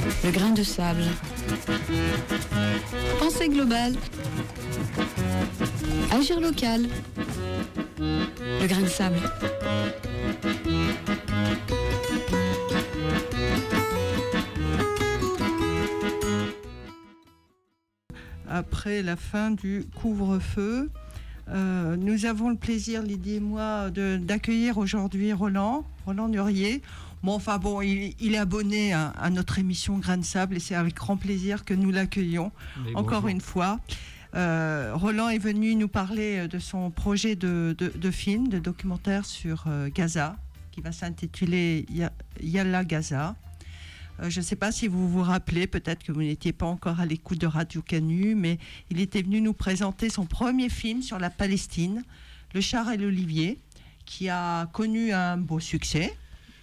Le grain de sable. Pensée globale. Agir local. Le grain de sable. Après la fin du couvre-feu, nous avons le plaisir, Lydie et moi, d'accueillir aujourd'hui Roland Nurier. Il est abonné à notre émission Grain de Sable et c'est avec grand plaisir que nous l'accueillons encore une fois. Roland est venu nous parler de son projet de film, de documentaire sur Gaza, qui va s'intituler Yalla Gaza. Je ne sais pas si vous vous rappelez, peut-être que vous n'étiez pas encore à l'écoute de Radio Canu, mais il était venu nous présenter son premier film sur la Palestine, Le Char et l'Olivier, qui a connu un beau succès.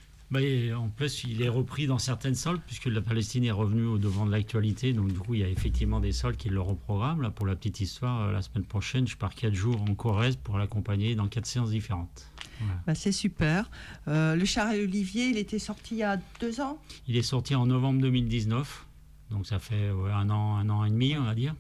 En plus, il est repris dans certaines salles, puisque la Palestine est revenue au devant de l'actualité. Donc, du coup, il y a effectivement des salles qui le reprogramment. Là, pour la petite histoire, la semaine prochaine, je pars 4 jours en Corrèze pour l'accompagner dans 4 séances différentes. Voilà. C'est super. Le Char et l'Olivier, il était sorti il y a 2 ans. Il est sorti en novembre 2019. Donc, ça fait un an et demi, on va dire.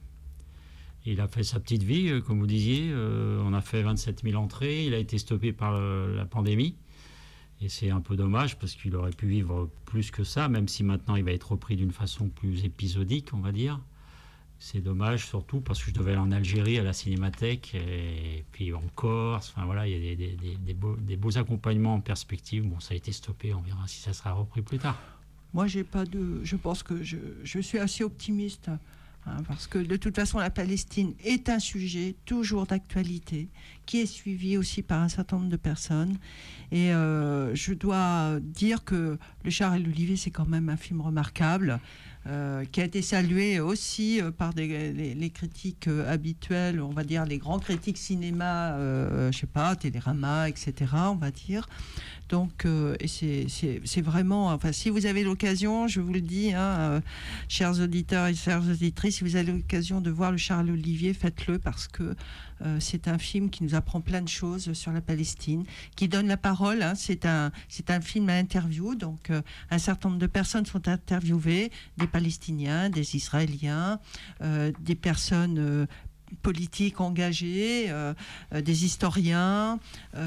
Il a fait sa petite vie, comme vous disiez. On a fait 27 000 entrées. Il a été stoppé par la pandémie. Et c'est un peu dommage parce qu'il aurait pu vivre plus que ça, même si maintenant il va être repris d'une façon plus épisodique, on va dire. C'est dommage surtout parce que je devais aller en Algérie à la Cinémathèque et puis en Corse. Enfin voilà, il y a des beaux accompagnements en perspective. Bon, ça a été stoppé, on verra si ça sera repris plus tard. Moi, je pense que je suis assez optimiste. Parce que de toute façon, la Palestine est un sujet toujours d'actualité, qui est suivi aussi par un certain nombre de personnes. Et je dois dire que Le Char et l'Olivier, c'est quand même un film remarquable, qui a été salué aussi par les critiques habituelles, on va dire les grands critiques cinéma, Télérama, etc., on va dire. Donc, et c'est vraiment... Enfin, si vous avez l'occasion, je vous le dis, chers auditeurs et chères auditrices, si vous avez l'occasion de voir Le Char et l'Olivier, faites-le parce que c'est un film qui nous apprend plein de choses sur la Palestine, qui donne la parole. C'est un film à interview, donc un certain nombre de personnes sont interviewées, des Palestiniens, des Israéliens, des personnes... politiques engagés, des historiens,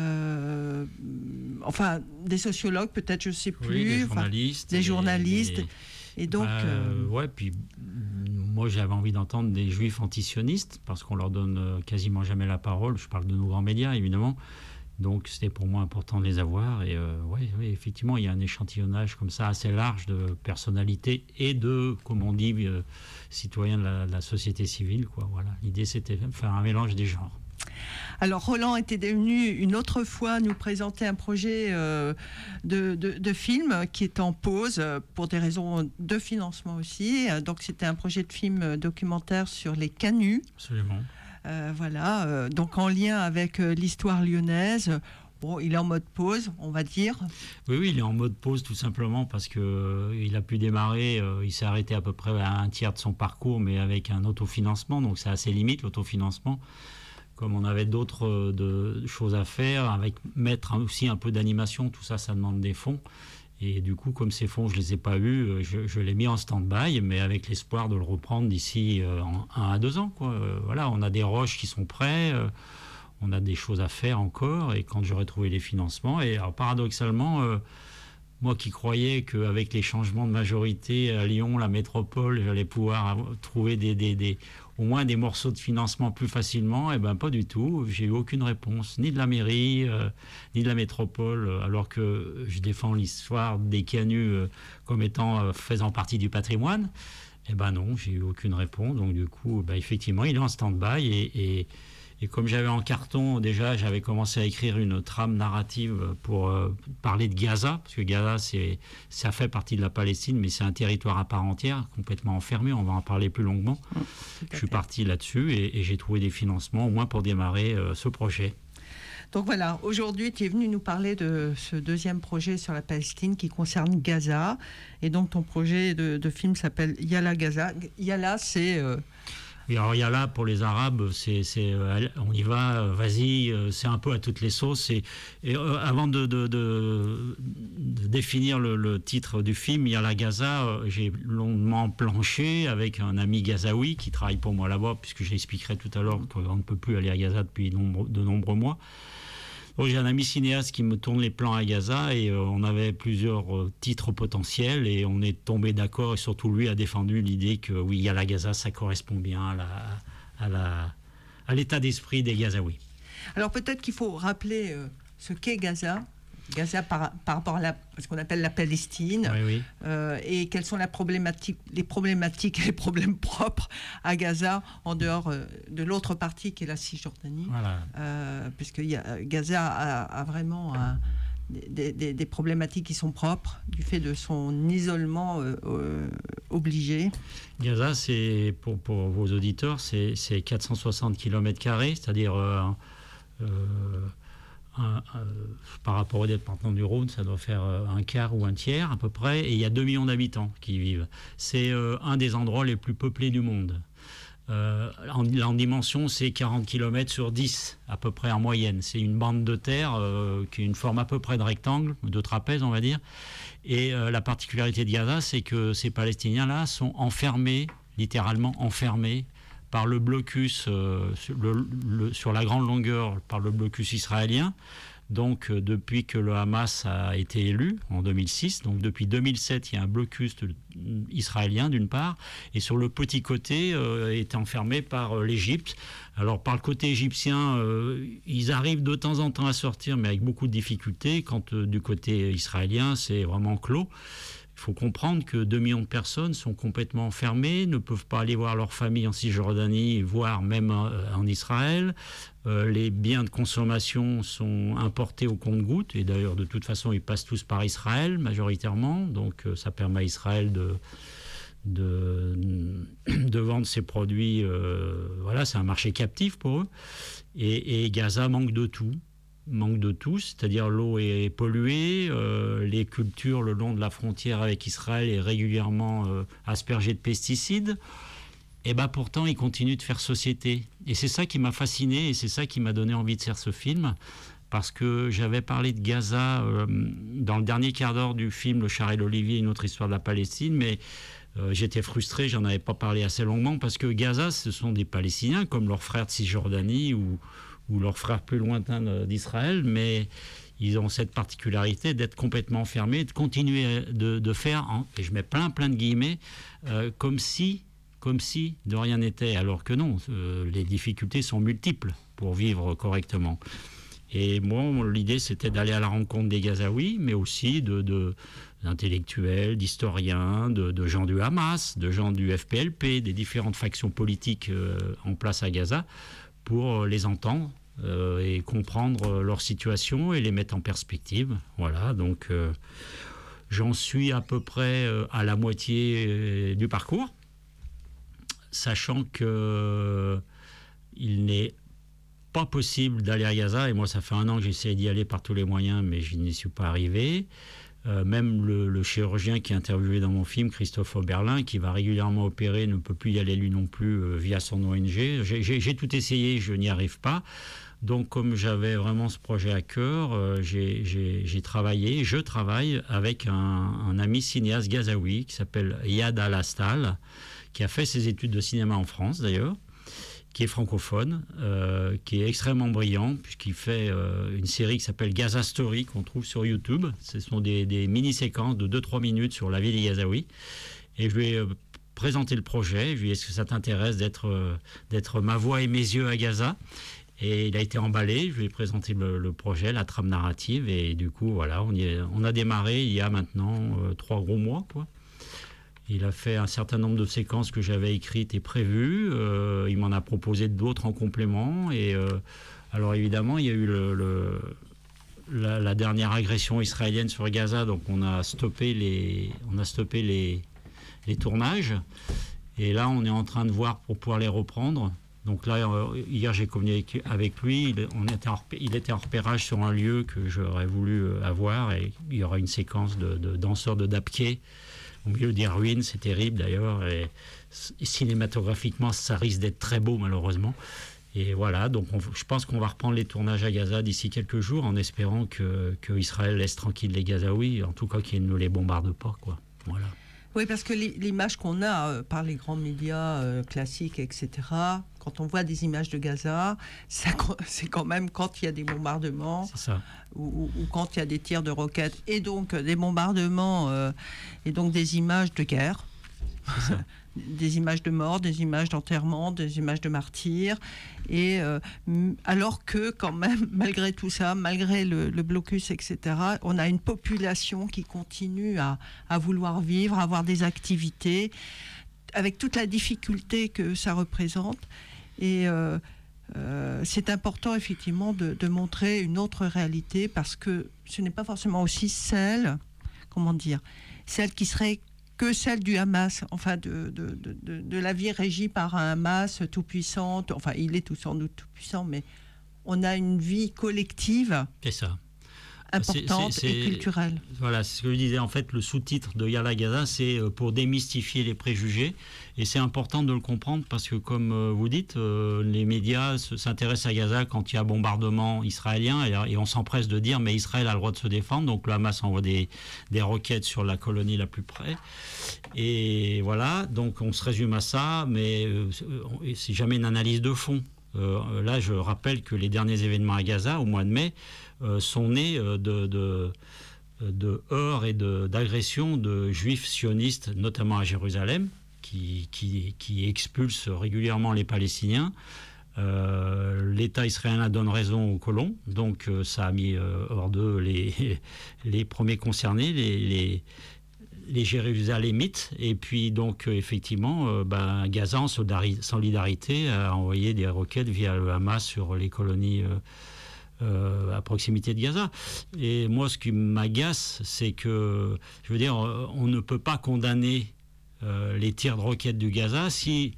des sociologues peut-être, je ne sais plus, des journalistes. Et donc, puis moi j'avais envie d'entendre des juifs antisionistes parce qu'on leur donne quasiment jamais la parole. Je parle de nos grands médias évidemment. Donc c'était pour moi important de les avoir et effectivement il y a un échantillonnage comme ça assez large de personnalités et de, comme on dit, citoyens de la société civile, quoi. Voilà. L'idée c'était de faire un mélange des genres. Alors Roland était venu une autre fois nous présenter un projet de film qui est en pause pour des raisons de financement aussi. Donc c'était un projet de film documentaire sur les canuts. Absolument. Donc en lien avec l'histoire lyonnaise. Bon, il est en mode pause, on va dire. Oui, il est en mode pause tout simplement parce qu'il a pu démarrer, il s'est arrêté à peu près à un tiers de son parcours, mais avec un autofinancement, donc c'est assez limite l'autofinancement. Comme on avait d'autres choses à faire, mettre aussi un peu d'animation, tout ça, ça demande des fonds. Et du coup, comme ces fonds, je ne les ai pas eus, je l'ai mis en stand-by, mais avec l'espoir de le reprendre d'ici 1 à 2 ans, quoi. On a des rushs qui sont prêts, on a des choses à faire encore, et quand j'aurai trouvé les financements, et alors paradoxalement, moi qui croyais qu'avec les changements de majorité à Lyon, la métropole, j'allais pouvoir trouver au moins des morceaux de financement plus facilement, et pas du tout. J'ai eu aucune réponse, ni de la mairie, ni de la métropole, alors que je défends l'histoire des canuts comme étant faisant partie du patrimoine. Non, j'ai eu aucune réponse. Donc du coup, effectivement, il est en stand-by et comme j'avais en carton, déjà, j'avais commencé à écrire une trame narrative pour parler de Gaza, parce que Gaza, ça fait partie de la Palestine, mais c'est un territoire à part entière, complètement enfermé, on va en parler plus longuement. Je suis parti là-dessus et j'ai trouvé des financements, au moins pour démarrer ce projet. Donc voilà, aujourd'hui, tu es venu nous parler de ce deuxième projet sur la Palestine qui concerne Gaza. Et donc ton projet de film s'appelle Yalla Gaza. Yalla, c'est... Et alors il y a là pour les Arabes, on y va, vas-y, c'est un peu à toutes les sauces. Avant de définir le titre du film, il y a la Gaza. J'ai longuement planché avec un ami gazaoui qui travaille pour moi là-bas, puisque j'expliquerai tout à l'heure qu'on ne peut plus aller à Gaza depuis de nombreux mois. Donc, j'ai un ami cinéaste qui me tourne les plans à Gaza et on avait plusieurs titres potentiels et on est tombé d'accord et surtout lui a défendu l'idée que oui, à la Gaza, ça correspond bien à l'état d'esprit des Gazaouis. Alors peut-être qu'il faut rappeler ce qu'est Gaza. Gaza par rapport à ce qu'on appelle la Palestine, oui. Et quelles sont les problématiques et les problèmes propres à Gaza en dehors de l'autre partie qui est la Cisjordanie, voilà. Puisque Gaza a vraiment des problématiques qui sont propres du fait de son isolement obligé. Gaza, c'est pour vos auditeurs, c'est 460 km², c'est-à-dire par rapport au département du Rhône, ça doit faire un quart ou un tiers à peu près, et il y a 2 millions d'habitants qui y vivent. C'est un des endroits les plus peuplés du monde. En dimension, c'est 40 km sur 10 à peu près en moyenne. C'est une bande de terre qui a une forme à peu près de rectangle, de trapèze on va dire. Et la particularité de Gaza, c'est que ces Palestiniens-là sont enfermés, littéralement enfermés, par le blocus sur la grande longueur, par le blocus israélien. Donc depuis que le Hamas a été élu en 2006, donc depuis 2007, il y a un blocus israélien d'une part, et sur le petit côté est enfermé par l'Égypte. Alors par le côté égyptien, ils arrivent de temps en temps à sortir, mais avec beaucoup de difficultés. Quand du côté israélien, c'est vraiment clos. Il faut comprendre que 2 millions de personnes sont complètement enfermées, ne peuvent pas aller voir leur famille en Cisjordanie, voire même en Israël. Les biens de consommation sont importés au compte-gouttes, et d'ailleurs, de toute façon, ils passent tous par Israël, majoritairement. Donc, ça permet à Israël de vendre ses produits. Voilà, c'est un marché captif pour eux. Et Gaza manque de tout. C'est-à-dire l'eau est polluée, les cultures le long de la frontière avec Israël est régulièrement aspergées de pesticides, et pourtant ils continuent de faire société. Et c'est ça qui m'a fasciné et c'est ça qui m'a donné envie de faire ce film, parce que j'avais parlé de Gaza dans le dernier quart d'heure du film Le Char et l'Olivier, une autre histoire de la Palestine, mais j'étais frustré, j'en avais pas parlé assez longuement, parce que Gaza, ce sont des Palestiniens comme leurs frères de Cisjordanie ou leurs frères plus lointains d'Israël, mais ils ont cette particularité d'être complètement enfermés, de continuer de faire, et je mets plein de guillemets, comme si de rien n'était, alors que non, les difficultés sont multiples pour vivre correctement. Et moi, l'idée, c'était d'aller à la rencontre des Gazaouis, mais aussi d'intellectuels, d'historiens, de gens du Hamas, de gens du FPLP, des différentes factions politiques en place à Gaza, pour les entendre et comprendre leur situation et les mettre en perspective. Voilà, donc j'en suis à peu près à la moitié du parcours, sachant que il n'est pas possible d'aller à Gaza, et moi ça fait 1 an que j'essaie d'y aller par tous les moyens, mais je n'y suis pas arrivé. Même le chirurgien qui est interviewé dans mon film, Christophe Oberlin, qui va régulièrement opérer, ne peut plus y aller lui non plus via son ONG. J'ai tout essayé, je n'y arrive pas. Donc comme j'avais vraiment ce projet à cœur, je travaille avec un ami cinéaste gazaoui qui s'appelle Yad Al-Astal, qui a fait ses études de cinéma en France d'ailleurs, qui est francophone, qui est extrêmement brillant, puisqu'il fait une série qui s'appelle Gaza Story, qu'on trouve sur YouTube. Ce sont des mini-séquences de 2-3 minutes sur la vie des Gazaouis. Et je lui ai présenté le projet. Je lui ai dit, est-ce que ça t'intéresse d'être ma voix et mes yeux à Gaza? Et il a été emballé. Je lui ai présenté le projet, la trame narrative. Et du coup, voilà, on a démarré il y a maintenant 3 gros mois, quoi. Il a fait un certain nombre de séquences que j'avais écrites et prévues. Il m'en a proposé d'autres en complément. Et alors évidemment, il y a eu la dernière agression israélienne sur Gaza, donc on a stoppé les tournages. Et là, on est en train de voir pour pouvoir les reprendre. Donc là, hier, j'ai communiqué avec lui. Il était en repérage sur un lieu que j'aurais voulu avoir. Et il y aura une séquence de danseurs de Dabke. au milieu des ruines, c'est terrible d'ailleurs, et cinématographiquement, ça risque d'être très beau malheureusement. Et voilà, donc je pense qu'on va reprendre les tournages à Gaza d'ici quelques jours, en espérant que Israël laisse tranquille les Gazaouis, en tout cas qu'ils ne les bombardent pas, quoi. Voilà. Oui, parce que l'image qu'on a par les grands médias classiques, etc., quand on voit des images de Gaza, c'est quand même quand il y a des bombardements, c'est ça. Ou quand il y a des tirs de roquettes, et donc des bombardements, et donc des images de guerre. C'est ça. Des images de mort, des images d'enterrement, des images de martyrs, et alors que quand même, malgré tout ça, malgré le blocus, etc., on a une population qui continue à vouloir vivre, à avoir des activités, avec toute la difficulté que ça représente. Et c'est important effectivement de montrer une autre réalité, parce que ce n'est pas forcément aussi celle qui serait que celle du Hamas, enfin de la vie régie par un Hamas tout-puissant. Enfin, il est sans doute tout-puissant, mais on a une vie collective. C'est ça. Importante et culturelle. Voilà, c'est ce que je disais. En fait, le sous-titre de Yalla Gaza, c'est pour démystifier les préjugés. Et c'est important de le comprendre parce que, comme vous dites, les médias s'intéressent à Gaza quand il y a bombardement israélien. Et on s'empresse de dire, mais Israël a le droit de se défendre. Donc le Hamas envoie des roquettes sur la colonie la plus près. Et voilà, donc on se résume à ça. Mais c'est jamais une analyse de fond. Là, je rappelle que les derniers événements à Gaza, au mois de mai, sont nés de heurts et d'agressions de juifs sionistes, notamment à Jérusalem, qui expulsent régulièrement les Palestiniens. L'État israélien donne raison aux colons, donc ça a mis hors d'eux les premiers concernés, les Jérusalémites. Et puis donc effectivement Gaza en solidarité a envoyé des roquettes via le Hamas sur les colonies à proximité de Gaza. Et moi ce qui m'agace, c'est que je veux dire, on ne peut pas condamner les tirs de roquettes du Gaza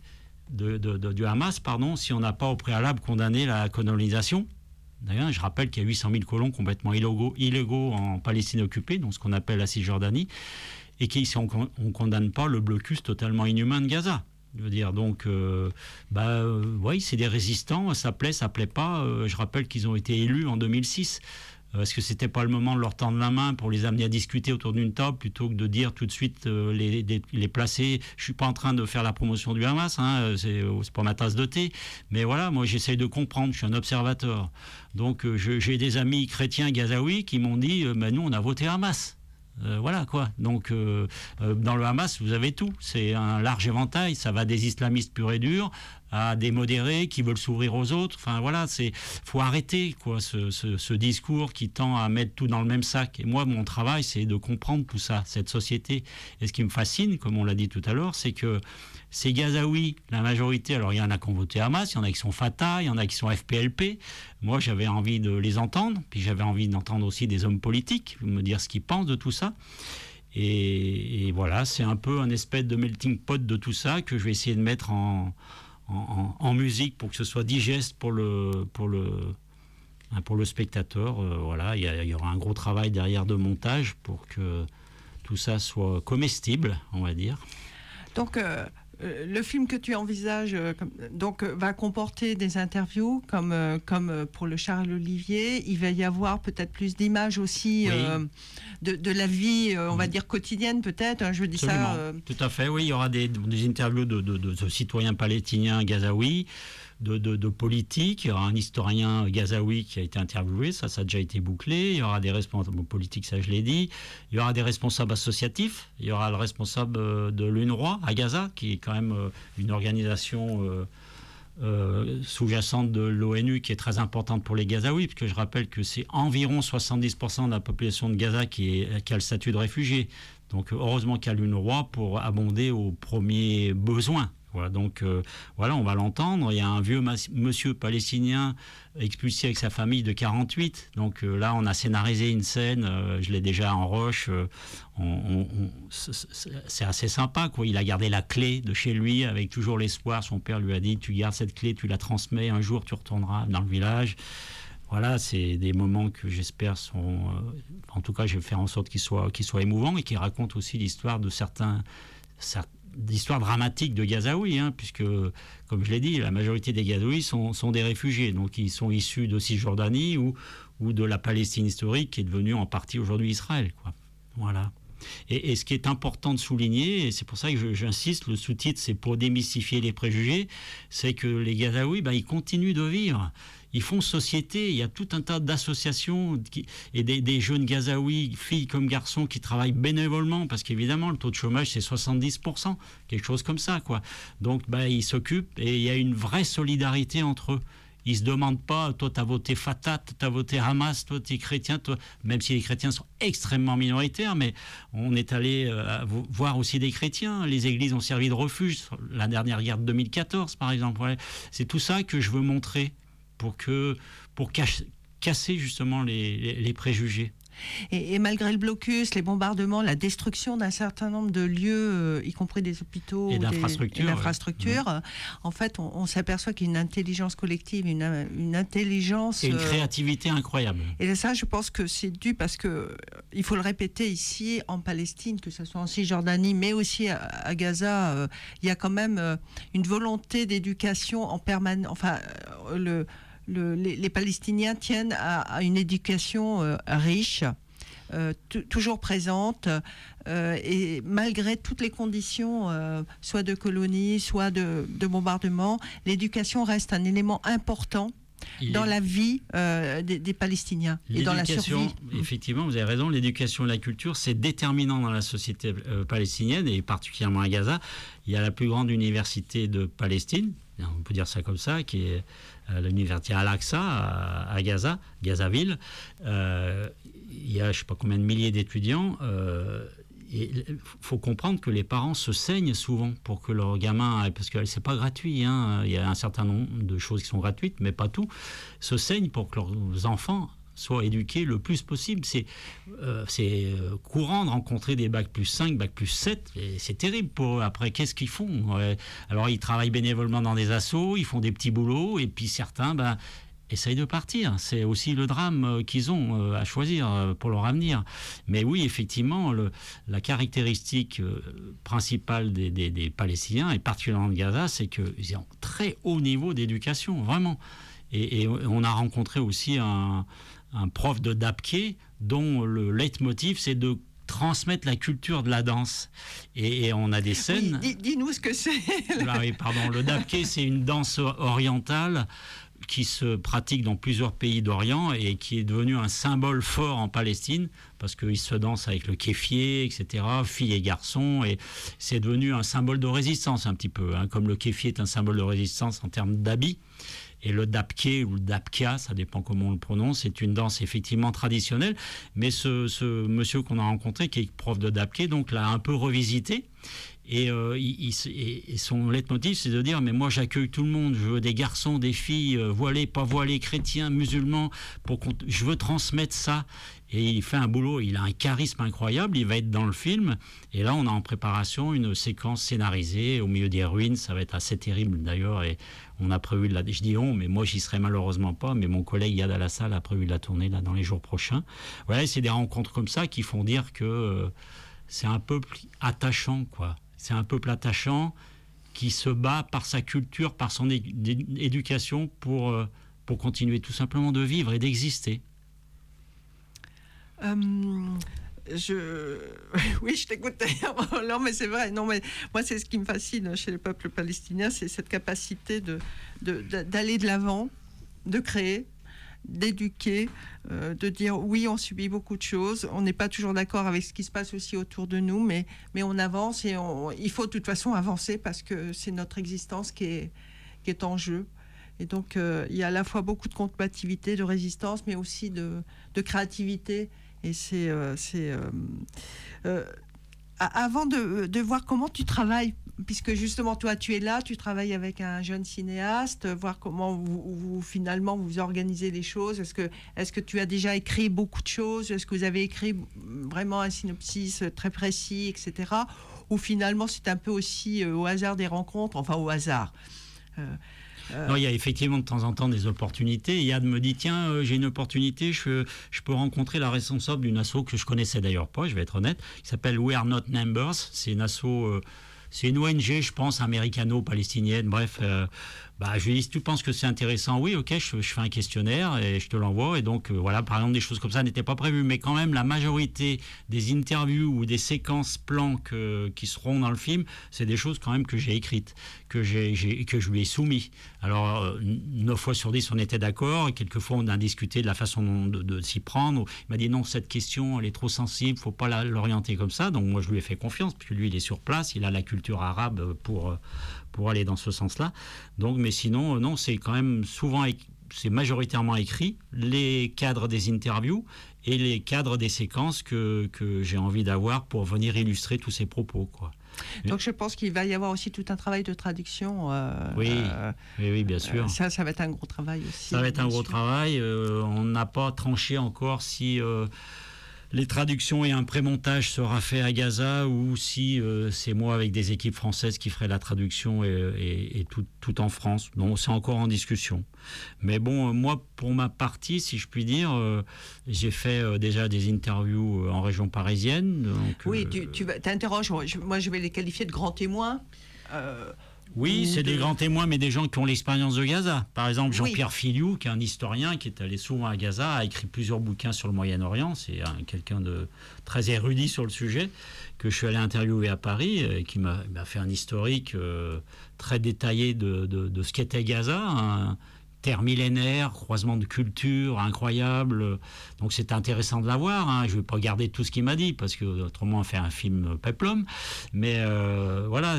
du Hamas, si on n'a pas au préalable condamné la colonisation. D'ailleurs, je rappelle qu'il y a 800 000 colons complètement illégaux en Palestine occupée, donc ce qu'on appelle la Cisjordanie, et qu'ici on ne condamne pas le blocus totalement inhumain de Gaza. Je veux dire, donc, oui, c'est des résistants, ça plaît pas. Je rappelle qu'ils ont été élus en 2006. Est-ce que c'était pas le moment de leur tendre la main pour les amener à discuter autour d'une table plutôt que de dire tout de suite les placer? Je suis pas en train de faire la promotion du Hamas, c'est pas ma tasse de thé, mais voilà, moi j'essaye de comprendre, je suis un observateur. Donc j'ai des amis chrétiens gazaouis qui m'ont dit, nous on a voté Hamas. Voilà quoi. Donc dans le Hamas, vous avez tout. C'est un large éventail. Ça va des islamistes purs et durs à des modérés qui veulent s'ouvrir aux autres. Enfin voilà, faut arrêter quoi ce discours qui tend à mettre tout dans le même sac. Et moi, mon travail, c'est de comprendre tout ça, cette société. Et ce qui me fascine, comme on l'a dit tout à l'heure, c'est que ces Gazaouis, la majorité, alors il y en a qui ont voté Hamas, il y en a qui sont Fatah, il y en a qui sont FPLP. Moi, j'avais envie de les entendre, puis j'avais envie d'entendre aussi des hommes politiques, me dire ce qu'ils pensent de tout ça. Et voilà, c'est un peu un espèce de melting pot de tout ça que je vais essayer de mettre en musique pour que ce soit digeste pour le spectateur. Voilà, il y aura un gros travail derrière de montage pour que tout ça soit comestible, on va dire. Donc, le film que tu envisages va comporter des interviews comme pour le Charles Olivier. Il va y avoir peut-être plus d'images aussi de la vie, on va dire quotidienne peut-être. Je dis absolument. ça. Tout à fait, oui. Il y aura des interviews de citoyens palestiniens gazaouis, de politiques. Il y aura un historien gazaoui qui a été interviewé, ça a déjà été bouclé. Il y aura des responsables politiques, ça je l'ai dit. Il y aura des responsables associatifs. Il y aura le responsable de l'UNRWA à Gaza, qui est quand même une organisation sous-jacente de l'ONU qui est très importante pour les Gazaouis, parce que je rappelle que c'est environ 70% de la population de Gaza qui a le statut de réfugié. Donc heureusement qu'il y a l'UNRWA pour abonder aux premiers besoins. Voilà, donc on va l'entendre. Il y a un vieux monsieur palestinien expulsé avec sa famille de 48. Donc là, on a scénarisé une scène. Je l'ai déjà en roche. C'est assez sympa, quoi. Il a gardé la clé de chez lui avec toujours l'espoir. Son père lui a dit, tu gardes cette clé, tu la transmets. Un jour, tu retourneras dans le village. voilà, c'est des moments que j'espère sont... en tout cas, je vais faire en sorte qu'ils soient émouvants et qui racontent aussi l'histoire de d'histoires dramatiques de Gazaouis, hein, puisque, comme je l'ai dit, la majorité des Gazaouis sont des réfugiés. Donc, ils sont issus de Cisjordanie ou de la Palestine historique qui est devenue en partie aujourd'hui Israël, quoi. Voilà. Et ce qui est important de souligner, et c'est pour ça que j'insiste, le sous-titre, c'est pour démystifier les préjugés, c'est que les Gazaouis, ils continuent de vivre. Ils font société, il y a tout un tas d'associations et des jeunes Gazaouis, filles comme garçons, qui travaillent bénévolement, parce qu'évidemment, le taux de chômage, c'est 70%, quelque chose comme ça, quoi. Donc, ils s'occupent et il y a une vraie solidarité entre eux. Ils ne se demandent pas, toi, tu as voté Fatah, tu as voté Hamas, toi, tu es chrétien, toi, même si les chrétiens sont extrêmement minoritaires, mais on est allé voir aussi des chrétiens. Les églises ont servi de refuge, la dernière guerre de 2014, par exemple. Ouais. C'est tout ça que je veux montrer pour casser justement les préjugés. Et malgré le blocus, les bombardements, la destruction d'un certain nombre de lieux, y compris des hôpitaux et d'infrastructures, en fait, on s'aperçoit qu'il y a une intelligence collective, une intelligence... Et une créativité incroyable. Et ça, je pense que c'est dû parce que, il faut le répéter ici, en Palestine, que ce soit en Cisjordanie, mais aussi à Gaza, il y a quand même une volonté d'éducation en permanence. Enfin, les Palestiniens tiennent à une éducation riche, toujours présente, et malgré toutes les conditions, soit de colonie, soit de bombardement, l'éducation reste un élément important dans la vie des Palestiniens et dans la survie. Effectivement, vous avez raison, l'éducation et la culture, c'est déterminant dans la société palestinienne, et particulièrement à Gaza. Il y a la plus grande université de Palestine, on peut dire ça comme ça, qui est l'université Al-Aqsa à Gaza, Gazaville. Il y a je ne sais pas combien de milliers d'étudiants. Il faut comprendre que les parents se saignent souvent pour que leurs gamins, parce que c'est pas gratuit, hein, il y a un certain nombre de choses qui sont gratuites, mais pas tout, se saignent pour que leurs enfants soient éduqués le plus possible. C'est courant de rencontrer des bac plus 5, bac plus 7, et c'est terrible pour eux. Après, qu'est-ce qu'ils font ? Alors, ils travaillent bénévolement dans des assos, ils font des petits boulots, et puis certains essayent de partir. C'est aussi le drame qu'ils ont à choisir pour leur avenir. Mais oui, effectivement, la caractéristique principale des Palestiniens, et particulièrement de Gaza, c'est qu'ils ont un très haut niveau d'éducation, vraiment. Et on a rencontré aussi un prof de Dabke dont le leitmotiv, c'est de transmettre la culture de la danse. Et on a des scènes... Oui, dis-nous ce que c'est. Oui, pardon. Le Dabke, c'est une danse orientale qui se pratique dans plusieurs pays d'Orient et qui est devenu un symbole fort en Palestine, parce qu'il se danse avec le kéfier, etc., filles et garçons, et c'est devenu un symbole de résistance un petit peu, hein, comme le kéfier est un symbole de résistance en termes d'habits. Et le Dabke ou le Dabka, ça dépend comment on le prononce, c'est une danse effectivement traditionnelle. Mais ce monsieur qu'on a rencontré, qui est prof de Dabke, donc l'a un peu revisité. Et son leitmotiv, c'est de dire, mais moi j'accueille tout le monde, je veux des garçons, des filles, voilés, pas voilés, chrétiens, musulmans, je veux transmettre ça. Et il fait un boulot, il a un charisme incroyable, il va être dans le film. Et là, on a en préparation une séquence scénarisée au milieu des ruines, ça va être assez terrible d'ailleurs. Et on a prévu je dis on, mais moi j'y serai malheureusement pas, mais mon collègue Yad Alassal a prévu de la tourner là dans les jours prochains. Voilà, c'est des rencontres comme ça qui font dire que c'est un peuple attachant, quoi. C'est un peuple attachant qui se bat par sa culture, par son éducation pour continuer tout simplement de vivre et d'exister. Oui, je t'écoute. Non, mais c'est vrai. Non, mais moi, c'est ce qui me fascine chez le peuple palestinien, c'est cette capacité d'aller de l'avant, de créer, d'éduquer, de dire oui, on subit beaucoup de choses, on n'est pas toujours d'accord avec ce qui se passe aussi autour de nous, mais on avance et il faut de toute façon avancer parce que c'est notre existence qui est en jeu. Et donc, il y a à la fois beaucoup de combativité, de résistance, mais aussi de créativité. Et avant de voir comment tu travailles, puisque justement toi tu es là, tu travailles avec un jeune cinéaste, voir comment vous finalement vous organisez les choses. Est-ce que tu as déjà écrit beaucoup de choses? Est-ce que vous avez écrit vraiment un synopsis très précis, etc. Ou finalement c'est un peu aussi au hasard des rencontres, enfin au hasard. Non, il y a effectivement de temps en temps des opportunités. Yad me dit, tiens, j'ai une opportunité, je peux rencontrer la responsable d'une asso que je connaissais d'ailleurs pas, je vais être honnête, qui s'appelle We Are Not Numbers. C'est une asso, c'est une ONG, je pense, américano-palestinienne. Bref, je lui dis, si tu penses que c'est intéressant, oui, ok, je fais un questionnaire et je te l'envoie. Et donc, voilà, par exemple, des choses comme ça n'étaient pas prévues. Mais quand même, la majorité des interviews ou des séquences plans qui seront dans le film, c'est des choses quand même que j'ai écrites, que je lui ai soumis. Alors, 9 fois sur 10, on était d'accord. Et quelquefois, on a discuté de la façon de s'y prendre. Il m'a dit, non, cette question, elle est trop sensible, il ne faut pas l'orienter comme ça. Donc, moi, je lui ai fait confiance, parce que lui, il est sur place, il a la culture arabe pour aller dans ce sens-là. Donc, mais sinon, non, c'est quand même souvent, c'est majoritairement écrit, les cadres des interviews et les cadres des séquences que j'ai envie d'avoir pour venir illustrer tous ces propos, quoi. Donc je pense qu'il va y avoir aussi tout un travail de traduction. Oui, bien sûr. Ça va être un gros travail aussi. Ça va être un gros travail. On n'a pas tranché encore si les traductions et un prémontage sera fait à Gaza ou si c'est moi avec des équipes françaises qui ferai la traduction et tout en France. Donc c'est encore en discussion. Mais bon, moi, pour ma partie, si je puis dire, j'ai fait déjà des interviews en région parisienne. Donc, oui, tu t'interroges. Moi, je vais les qualifier de grands témoins. Oui, c'est des grands témoins, mais des gens qui ont l'expérience de Gaza. Par exemple, Jean-Pierre Filiou, qui est un historien qui est allé souvent à Gaza, a écrit plusieurs bouquins sur le Moyen-Orient. C'est quelqu'un de très érudit sur le sujet, que je suis allé interviewer à Paris, et qui m'a fait un historique très détaillé de ce qu'était Gaza, terre millénaire, croisement de culture incroyable. Donc c'est intéressant de l'avoir. Je ne vais pas garder tout ce qu'il m'a dit, parce que autrement on fait un film peplum. Mais voilà,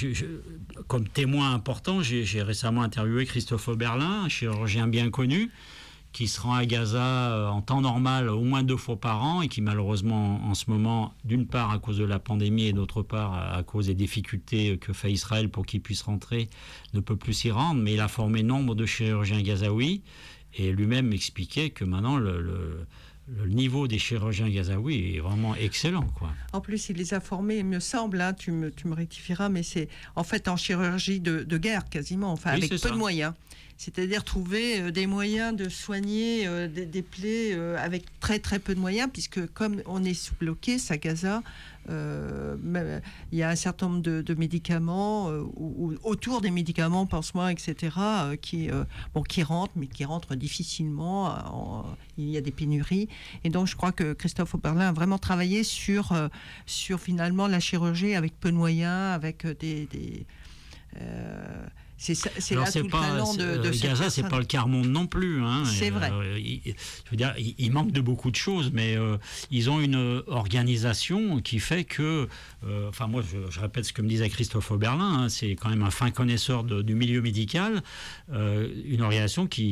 comme témoin important, j'ai récemment interviewé Christophe Oberlin, un chirurgien bien connu, qui se rend à Gaza en temps normal au moins 2 fois par an et qui malheureusement en ce moment, d'une part à cause de la pandémie et d'autre part à cause des difficultés que fait Israël pour qu'il puisse rentrer, ne peut plus s'y rendre. Mais il a formé nombre de chirurgiens gazaouis et lui-même expliquait que maintenant le niveau des chirurgiens gazaouis est vraiment excellent, quoi. En plus, il les a formés, il me semble, tu me rectifieras, mais c'est en fait en chirurgie de guerre quasiment, enfin avec peu de moyens. C'est-à-dire trouver des moyens de soigner des plaies avec très très peu de moyens, puisque comme on est sous blocus à Gaza, il y a un certain nombre de médicaments ou autour des médicaments, pansements, etc. Qui rentrent, mais qui rentrent difficilement. Il y a des pénuries, et donc je crois que Christophe Oberlin a vraiment travaillé sur finalement la chirurgie avec peu de moyens, avec c'est là tout le talent de Gaza, c'est pas le quart-monde non plus. C'est vrai. Je veux dire, il manque de beaucoup de choses, mais ils ont une organisation qui fait que... moi, je répète ce que me disait Christophe Oberlin, c'est quand même un fin connaisseur du milieu médical, une organisation qui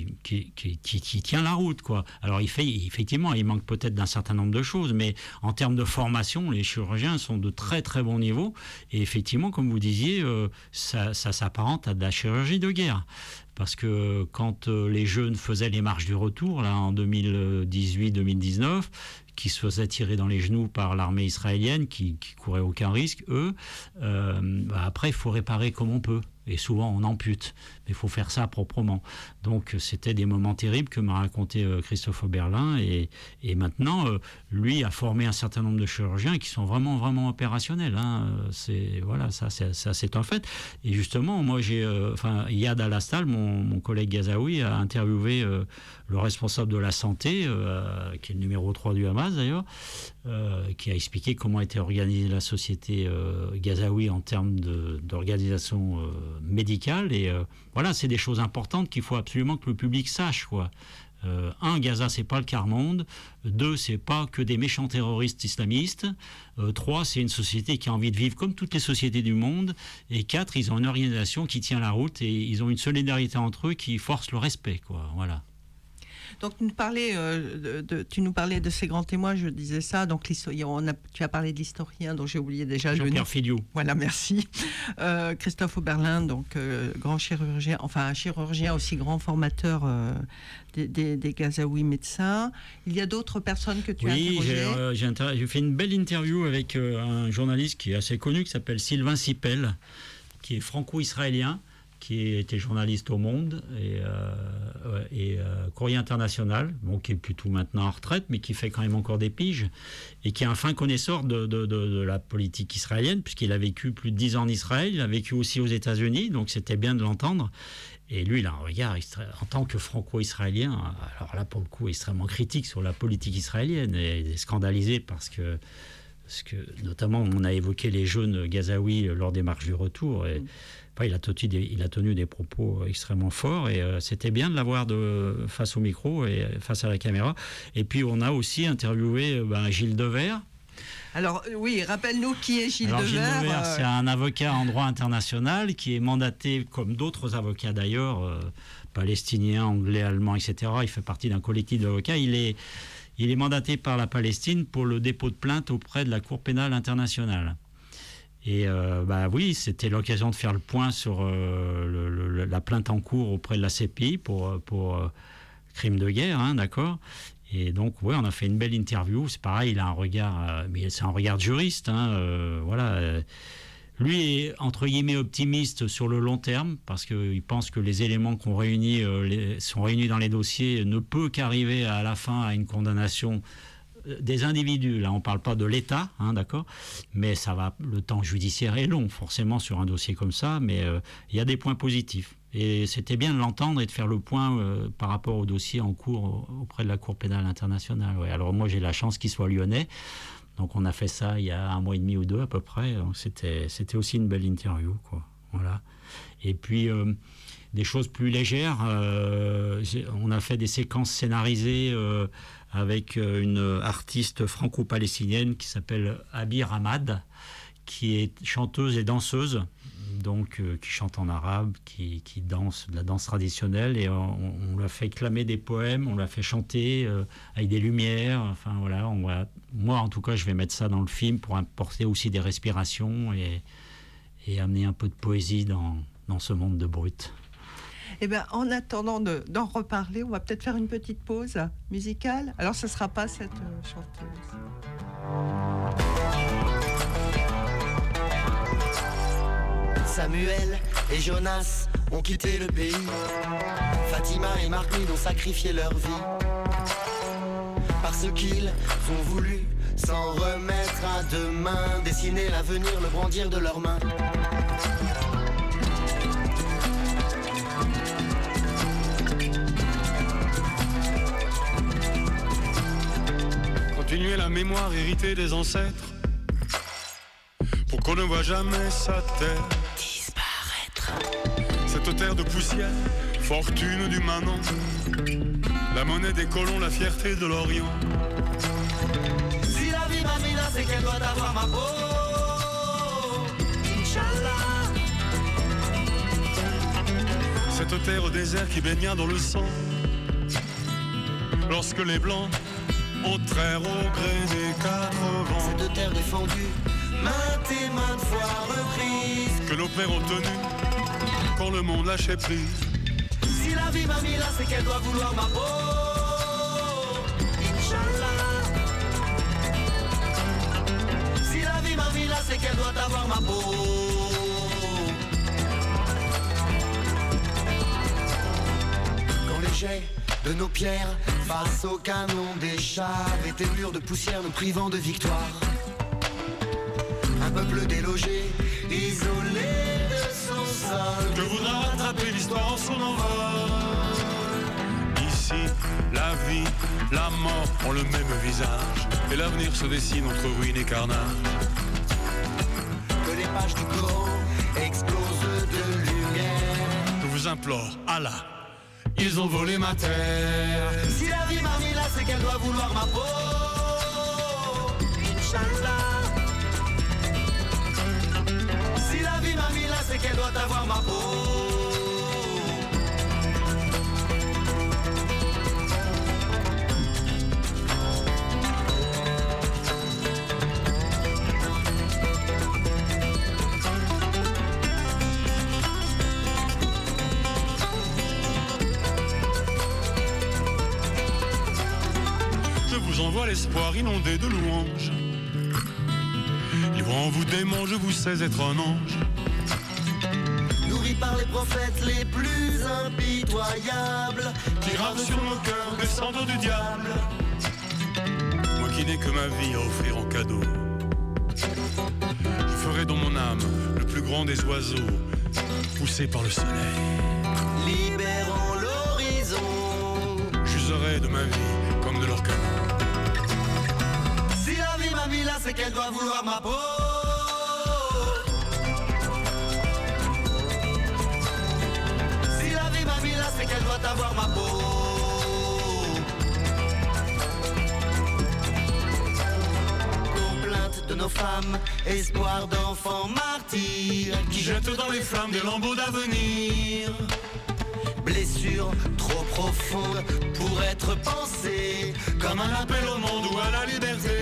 tient la route, quoi. Alors, effectivement, il manque peut-être d'un certain nombre de choses, mais en termes de formation, les chirurgiens sont de très très bon niveau, et effectivement, comme vous disiez, ça s'apparente à de la chirurgie de guerre. Parce que quand les jeunes faisaient les marches du retour, là, en 2018-2019, qui se faisaient tirer dans les genoux par l'armée israélienne, qui courait aucun risque, eux, après, il faut réparer comme on peut. Et souvent, on ampute. Mais il faut faire ça proprement. Donc, c'était des moments terribles que m'a raconté Christophe Oberlin. Et maintenant, lui a formé un certain nombre de chirurgiens qui sont vraiment, vraiment opérationnels. Ça, c'est un fait. Et justement, moi, Yad Al-Astal, mon collègue gazaoui, a interviewé le responsable de la santé, qui est le numéro 3 du Hamas, d'ailleurs, qui a expliqué comment était organisée la société gazaoui en termes d'organisation médicale. Et voilà, c'est des choses importantes qu'il faut absolument que le public sache, quoi. Gaza, c'est pas le quart-monde. 2, c'est pas que des méchants terroristes islamistes. 3, c'est une société qui a envie de vivre comme toutes les sociétés du monde. Et 4, ils ont une organisation qui tient la route et ils ont une solidarité entre eux qui force le respect, quoi. Voilà. Donc tu nous parlais de ces grands témoins, je disais ça. Donc tu as parlé de l'historien dont j'ai oublié déjà le nom. Jean-Pierre Filiou. Voilà, merci. Christophe Oberlin, donc grand chirurgien, enfin un chirurgien aussi grand formateur des Gazaouis médecins. Il y a d'autres personnes que tu as interrogées. J'ai fait une belle interview avec un journaliste qui est assez connu, qui s'appelle Sylvain Sipel, qui est franco-israélien, qui était journaliste au Monde et Courrier International, bon, qui est plutôt maintenant en retraite, mais qui fait quand même encore des piges, et qui est un fin connaisseur de la politique israélienne, puisqu'il a vécu plus de 10 ans en Israël, il a vécu aussi aux États-Unis, donc c'était bien de l'entendre. Et lui, il a un regard, en tant que franco-israélien, alors là, pour le coup, extrêmement critique sur la politique israélienne, et scandalisé parce que notamment, on a évoqué les jeunes gazaouis lors des marches du retour, et il a tenu des propos extrêmement forts, et c'était bien de l'avoir face au micro et face à la caméra. Et puis, on a aussi interviewé Gilles Devers. Alors oui, rappelle-nous qui est Gilles Devers. Gilles Devers, c'est un avocat en droit international qui est mandaté, comme d'autres avocats d'ailleurs, palestiniens, anglais, allemands, etc. Il fait partie d'un collectif d'avocats. Il est mandaté par la Palestine pour le dépôt de plainte auprès de la Cour pénale internationale. Et oui, c'était l'occasion de faire le point sur la plainte en cours auprès de la CPI pour crime de guerre, hein, d'accord. Et donc, oui, on a fait une belle interview. C'est pareil, il a un regard, mais c'est un regard de juriste. Hein, voilà. Lui est, entre guillemets, optimiste sur le long terme, parce qu'il pense que les éléments qu'on réunit, sont réunis dans les dossiers, ne peut qu'arriver à la fin à une condamnation des individus. Là, on ne parle pas de l'État, hein, d'accord, mais le temps judiciaire est long, forcément, sur un dossier comme ça, mais il y a des points positifs. Et c'était bien de l'entendre et de faire le point par rapport au dossier en cours auprès de la Cour pénale internationale. Ouais. Alors moi, j'ai la chance qu'il soit lyonnais. Donc on a fait ça il y a 1 mois et demi ou 2 à peu près. Donc c'était aussi une belle interview, quoi. Voilà. Et puis des choses plus légères. On a fait des séquences scénarisées avec une artiste franco-palestinienne qui s'appelle Abir Hamad, qui est chanteuse et danseuse, donc qui chante en arabe, qui danse de la danse traditionnelle, et on l'a fait clamer des poèmes, on l'a fait chanter avec des lumières. Enfin voilà, moi en tout cas, je vais mettre ça dans le film pour apporter aussi des respirations et amener un peu de poésie dans ce monde de brut. Eh bien, en attendant d'en reparler, on va peut-être faire une petite pause musicale. Alors, ce ne sera pas cette chanteuse. Samuel et Jonas ont quitté le pays. Fatima et Mahmoud ont sacrifié leur vie parce qu'ils ont voulu s'en remettre à demain, dessiner l'avenir, le brandir de leurs mains. Continuer la mémoire héritée des ancêtres pour qu'on ne voit jamais sa terre Disparaître. Cette terre de poussière, fortune du Manon, la monnaie des colons, la fierté de l'Orient. Si la vie m'a mis là, c'est qu'elle doit avoir ma peau. Inch'Allah. Cette terre au désert qui baigna dans le sang, lorsque les Blancs entrèrent au gré des 4 vents. Cette terre défendue, maintes et maintes fois reprise, que nos pères ont tenu quand le monde lâchait prise. si la vie m'a mis là, c'est qu'elle doit vouloir ma peau. Inch'Allah. Si la vie m'a mis là, c'est qu'elle doit avoir ma peau. Quand les jets de nos pierres face au canon des chars étaient murs de poussière nous privant de victoire. Un peuple délogé, isolé de son sol, Que voudra rattraper l'histoire en son envol. Ici, la vie, la mort ont le même visage, et l'avenir se dessine entre ruines et carnage. que les pages du Coran explosent de lumière. Je vous implore, Allah, ils ont volé ma terre. Si la vie m'a mis là, c'est qu'elle doit vouloir ma peau. Inch'Allah. Si la vie m'a mis là, c'est qu'elle doit avoir ma peau. Je vous envoie l'espoir inondé de louanges. Livrant vous démons, je vous sais être un ange. Nourri par les prophètes les plus impitoyables, qui grave sur nos cœurs des cendres du diable. Moi qui n'ai que ma vie à offrir en cadeau, je ferai dans mon âme le plus grand des oiseaux, poussé par le soleil. Libérons l'horizon, J'userai de ma vie comme de leur canon. si la vie m'a mis là, c'est qu'elle doit vouloir ma peau. Si la vie m'a mis là, c'est qu'elle doit avoir ma peau. Complainte de nos femmes, espoir d'enfants martyrs, Qui jette dans les flammes des lambeaux d'avenir. blessure trop profonde pour être pensée Comme un appel au monde ou à la liberté.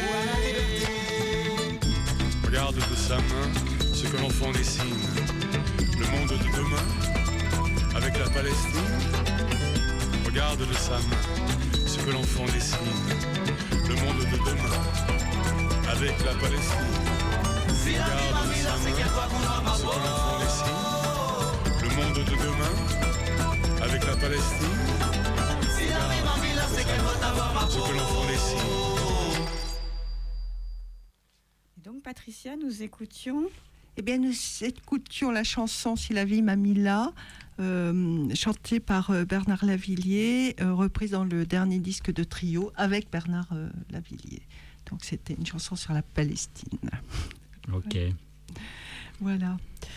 Regarde de sa main ce que l'enfant dessine. Le monde de demain avec la Palestine. Regarde de sa main ce que l'enfant dessine. Le monde de demain avec la Palestine. Si la vie m'a Regarde de mis là, sa c'est qu'elle doit vouloir ma main ce que l'enfant peau. dessine. Le monde de demain avec la Palestine. Si la vie m'a mis là, c'est qu'elle doit avoir ma Ce peau. que l'enfant dessine. Et donc, Patricia, nous écoutions. Eh bien, nous écoutions la chanson Si la vie m'a mis là, chantée par Bernard Lavilliers, reprise dans le dernier disque de Trio avec Bernard Lavilliers. Donc, c'était une chanson sur la Palestine. Ok. Voilà.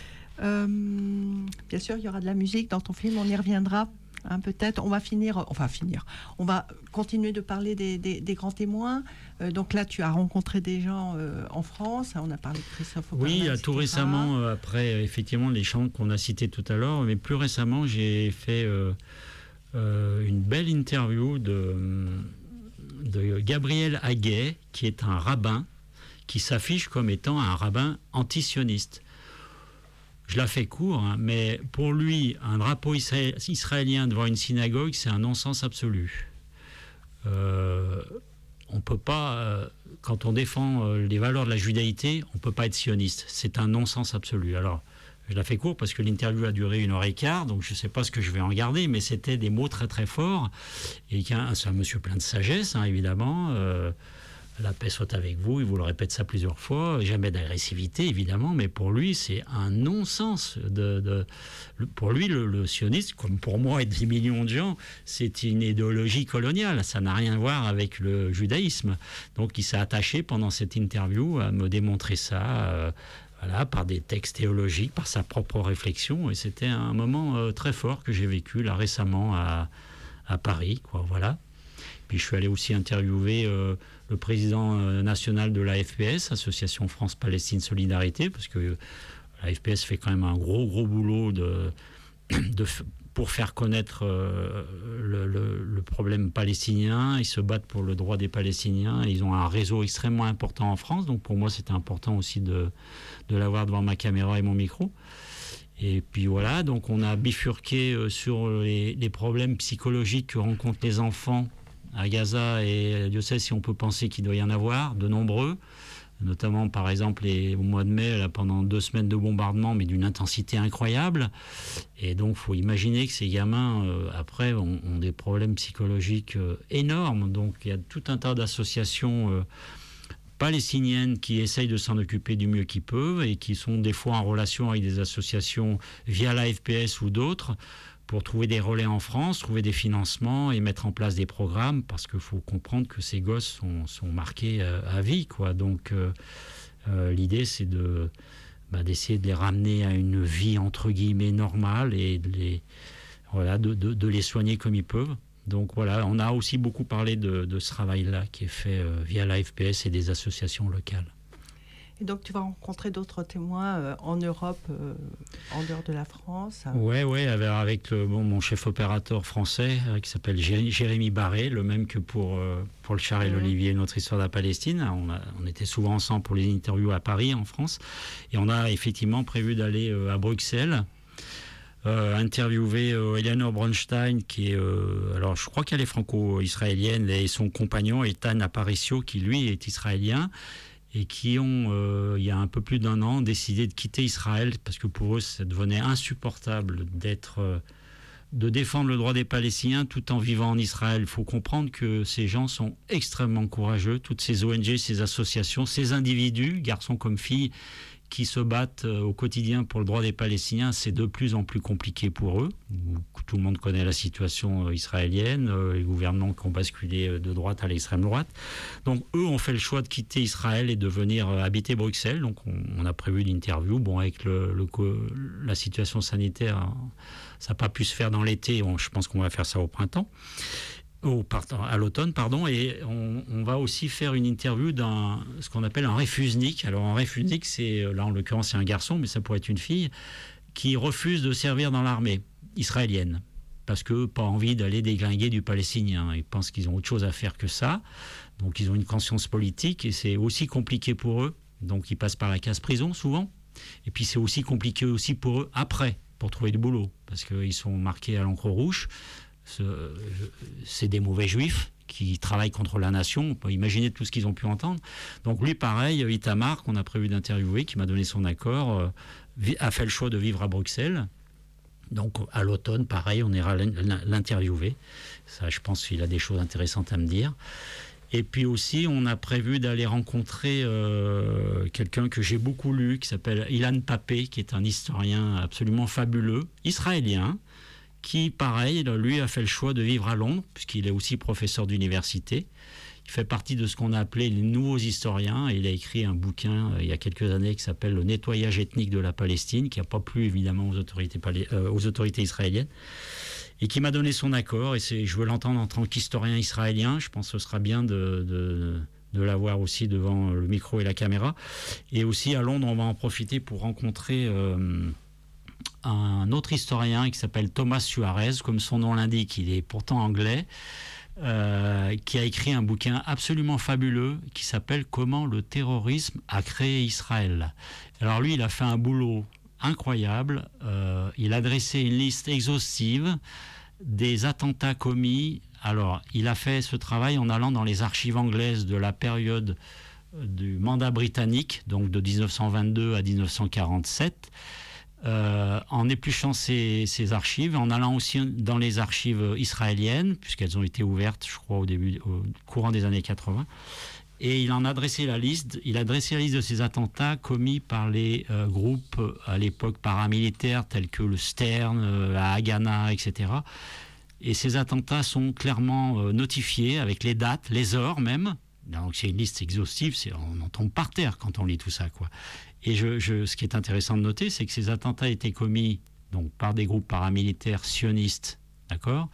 Bien sûr, il y aura de la musique dans ton film, on y reviendra. Hein, peut-être, on va continuer de parler des grands témoins. Donc là, tu as rencontré des gens en France. On a parlé de Christophe Opperman, Oui, etc. tout récemment, après effectivement les chants qu'on a cités tout à l'heure, mais plus récemment, j'ai fait une belle interview de Gabriel Haguet, qui est un rabbin, qui s'affiche comme étant un rabbin antisioniste. Je la fais court, hein, mais pour lui, un drapeau israélien devant une synagogue, c'est un non-sens absolu. On peut pas, quand on défend les valeurs de la judaïté, on ne peut pas être sioniste. C'est un non-sens absolu. Alors, je la fais court parce que l'interview a duré 1h15, donc je ne sais pas ce que je vais en garder, mais c'était des mots très très forts. Et c'est un monsieur plein de sagesse, hein, évidemment. La paix soit avec vous, il vous le répète ça plusieurs fois, jamais d'agressivité évidemment, mais pour lui c'est un non-sens. Pour lui le sionisme, comme pour moi et des millions de gens, c'est une idéologie coloniale, ça n'a rien à voir avec le judaïsme. Donc il s'est attaché pendant cette interview à me démontrer ça, voilà, par des textes théologiques, par sa propre réflexion, et c'était un moment très fort que j'ai vécu là récemment à Paris, quoi, voilà. Puis je suis allé aussi interviewer le président national de la FPS, Association France-Palestine Solidarité, parce que la FPS fait quand même un gros boulot pour faire connaître le problème palestinien. Ils se battent pour le droit des Palestiniens. Ils ont un réseau extrêmement important en France, donc pour moi c'était important aussi de l'avoir devant ma caméra et mon micro. Et puis voilà, donc on a bifurqué sur les problèmes psychologiques que rencontrent les enfants à Gaza, et Dieu sait si on peut penser qu'il doit y en avoir, de nombreux, notamment par exemple au mois de mai, là, pendant 2 semaines de bombardement, mais d'une intensité incroyable. Et donc il faut imaginer que ces gamins, après, ont des problèmes psychologiques énormes. Donc il y a tout un tas d'associations palestiniennes qui essayent de s'en occuper du mieux qu'ils peuvent et qui sont des fois en relation avec des associations via la FPS ou d'autres, pour trouver des relais en France, trouver des financements et mettre en place des programmes, parce qu'il faut comprendre que ces gosses sont marqués à vie, quoi. Donc l'idée c'est d'essayer de les ramener à une vie entre guillemets normale et de les soigner comme ils peuvent. Donc voilà, on a aussi beaucoup parlé de ce travail-là qui est fait via la FPS et des associations locales. Et donc, tu vas rencontrer d'autres témoins en Europe, en dehors de la France. Oui, avec mon chef opérateur français qui s'appelle Jérémy Barré, le même que pour le Char et l'Olivier, notre histoire de la Palestine. On était souvent ensemble pour les interviews à Paris, en France. Et on a effectivement prévu d'aller à Bruxelles, interviewer Eleanor Bronstein, qui est, alors je crois qu'elle est franco-israélienne, et son compagnon Ethan Aparicio, qui lui est israélien. et qui ont, il y a un peu plus d'1 an, décidé de quitter Israël parce que pour eux, ça devenait insupportable de défendre le droit des Palestiniens tout en vivant en Israël. Il faut comprendre que ces gens sont extrêmement courageux, toutes ces ONG, ces associations, ces individus, garçons comme filles, qui se battent au quotidien pour le droit des Palestiniens, c'est de plus en plus compliqué pour eux. Tout le monde connaît la situation israélienne, les gouvernements qui ont basculé de droite à l'extrême droite. Donc eux ont fait le choix de quitter Israël et de venir habiter Bruxelles. Donc on a prévu une interview. Bon, avec la situation sanitaire, ça n'a pas pu se faire dans l'été. Je pense qu'on va faire ça au printemps. À l'automne, pardon, et on va aussi faire une interview ce qu'on appelle un réfusnik. Alors un réfusnik, là en l'occurrence c'est un garçon, mais ça pourrait être une fille, qui refuse de servir dans l'armée israélienne, parce que pas envie d'aller déglinguer du Palestinien. Ils pensent qu'ils ont autre chose à faire que ça, donc ils ont une conscience politique, et c'est aussi compliqué pour eux, donc ils passent par la case prison souvent, et puis c'est aussi compliqué aussi pour eux après, pour trouver du boulot, parce qu'ils sont marqués à l'encre rouge. C'est des mauvais juifs qui travaillent contre la nation. On peut imaginer tout ce qu'ils ont pu entendre. Donc lui, pareil, Itamar, qu'on a prévu d'interviewer, qui m'a donné son accord, a fait le choix de vivre à Bruxelles. Donc à l'automne, pareil, on ira l'interviewer. Ça, je pense qu'il a des choses intéressantes à me dire. Et puis aussi, on a prévu d'aller rencontrer quelqu'un que j'ai beaucoup lu, qui s'appelle Ilan Pappé, qui est un historien absolument fabuleux, israélien, qui, pareil, lui a fait le choix de vivre à Londres, puisqu'il est aussi professeur d'université. Il fait partie de ce qu'on a appelé les nouveaux historiens, et il a écrit un bouquin il y a quelques années qui s'appelle « Le nettoyage ethnique de la Palestine », qui n'a pas plu évidemment aux autorités israéliennes, et qui m'a donné son accord, et je veux l'entendre en tant qu'historien israélien. Je pense que ce sera bien de l'avoir aussi devant le micro et la caméra. Et aussi à Londres, on va en profiter pour rencontrer un autre historien qui s'appelle Thomas Suarez, comme son nom l'indique, il est pourtant anglais, qui a écrit un bouquin absolument fabuleux qui s'appelle « Comment le terrorisme a créé Israël ». Alors lui, il a fait un boulot incroyable, il a dressé une liste exhaustive des attentats commis. Alors, il a fait ce travail en allant dans les archives anglaises de la période du mandat britannique, donc de 1922 à 1947, en épluchant ces archives, en allant aussi dans les archives israéliennes, puisqu'elles ont été ouvertes, je crois, au courant des années 80. Et il en a dressé la liste. Il a dressé la liste de ces attentats commis par les groupes à l'époque paramilitaires tels que le Stern, la Haganah, etc. Et ces attentats sont clairement notifiés avec les dates, les heures même. Donc c'est une liste exhaustive, on en tombe par terre quand on lit tout ça, quoi. Et ce qui est intéressant de noter, c'est que ces attentats étaient commis donc, par des groupes paramilitaires sionistes, d'accord,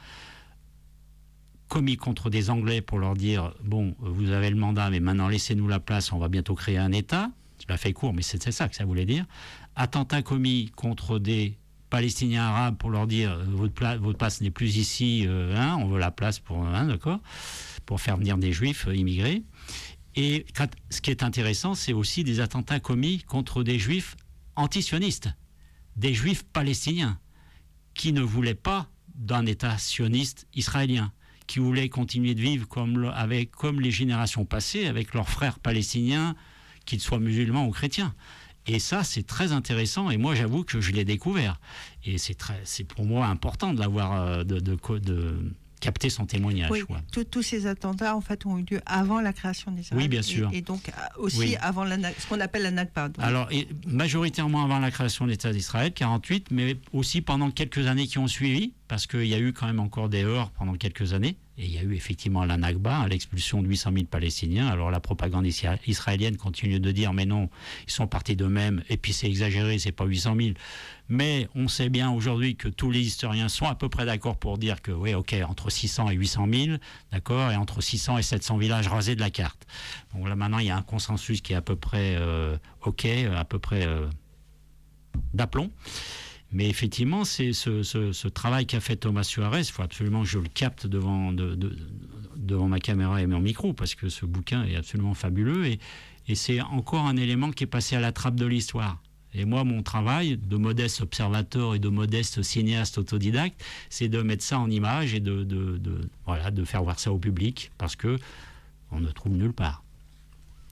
commis contre des Anglais pour leur dire « Bon, vous avez le mandat, mais maintenant laissez-nous la place, on va bientôt créer un État ». Je l'ai fait court, mais c'était ça que ça voulait dire. Attentats commis contre des Palestiniens arabes pour leur dire « Votre place n'est plus ici, on veut la place pour d'accord, pour faire venir des Juifs immigrés ». Et ce qui est intéressant, c'est aussi des attentats commis contre des Juifs anti-sionistes, des Juifs palestiniens, qui ne voulaient pas d'un État sioniste israélien, qui voulaient continuer de vivre comme les générations passées, avec leurs frères palestiniens, qu'ils soient musulmans ou chrétiens. Et ça, c'est très intéressant, et moi, j'avoue que je l'ai découvert. Et c'est pour moi important de l'avoir, de capter son témoignage. Oui, tous ces attentats, en fait, ont eu lieu avant la création d'Israël. Oui, bien sûr. Et donc, aussi avant ce qu'on appelle la Nakba. Alors, majoritairement avant la création de l'État d'Israël, 48, mais aussi pendant quelques années qui ont suivi, parce qu'il y a eu quand même encore des heurts pendant quelques années. Et il y a eu effectivement la Nakba, l'expulsion de 800 000 Palestiniens. Alors la propagande israélienne continue de dire mais non, ils sont partis d'eux-mêmes, et puis c'est exagéré, c'est pas 800 000. Mais on sait bien aujourd'hui que tous les historiens sont à peu près d'accord pour dire que oui, ok, entre 600 et 800 000, d'accord, et entre 600 et 700 villages rasés de la carte. Donc là maintenant il y a un consensus qui est à peu près à peu près d'aplomb. Mais effectivement, c'est ce travail qu'a fait Thomas Suarez, il faut absolument que je le capte devant ma caméra et mon micro, parce que ce bouquin est absolument fabuleux, et c'est encore un élément qui est passé à la trappe de l'histoire. Et moi, mon travail de modeste observateur et de modeste cinéaste autodidacte, c'est de mettre ça en image et de faire voir ça au public, parce que on ne trouve nulle part.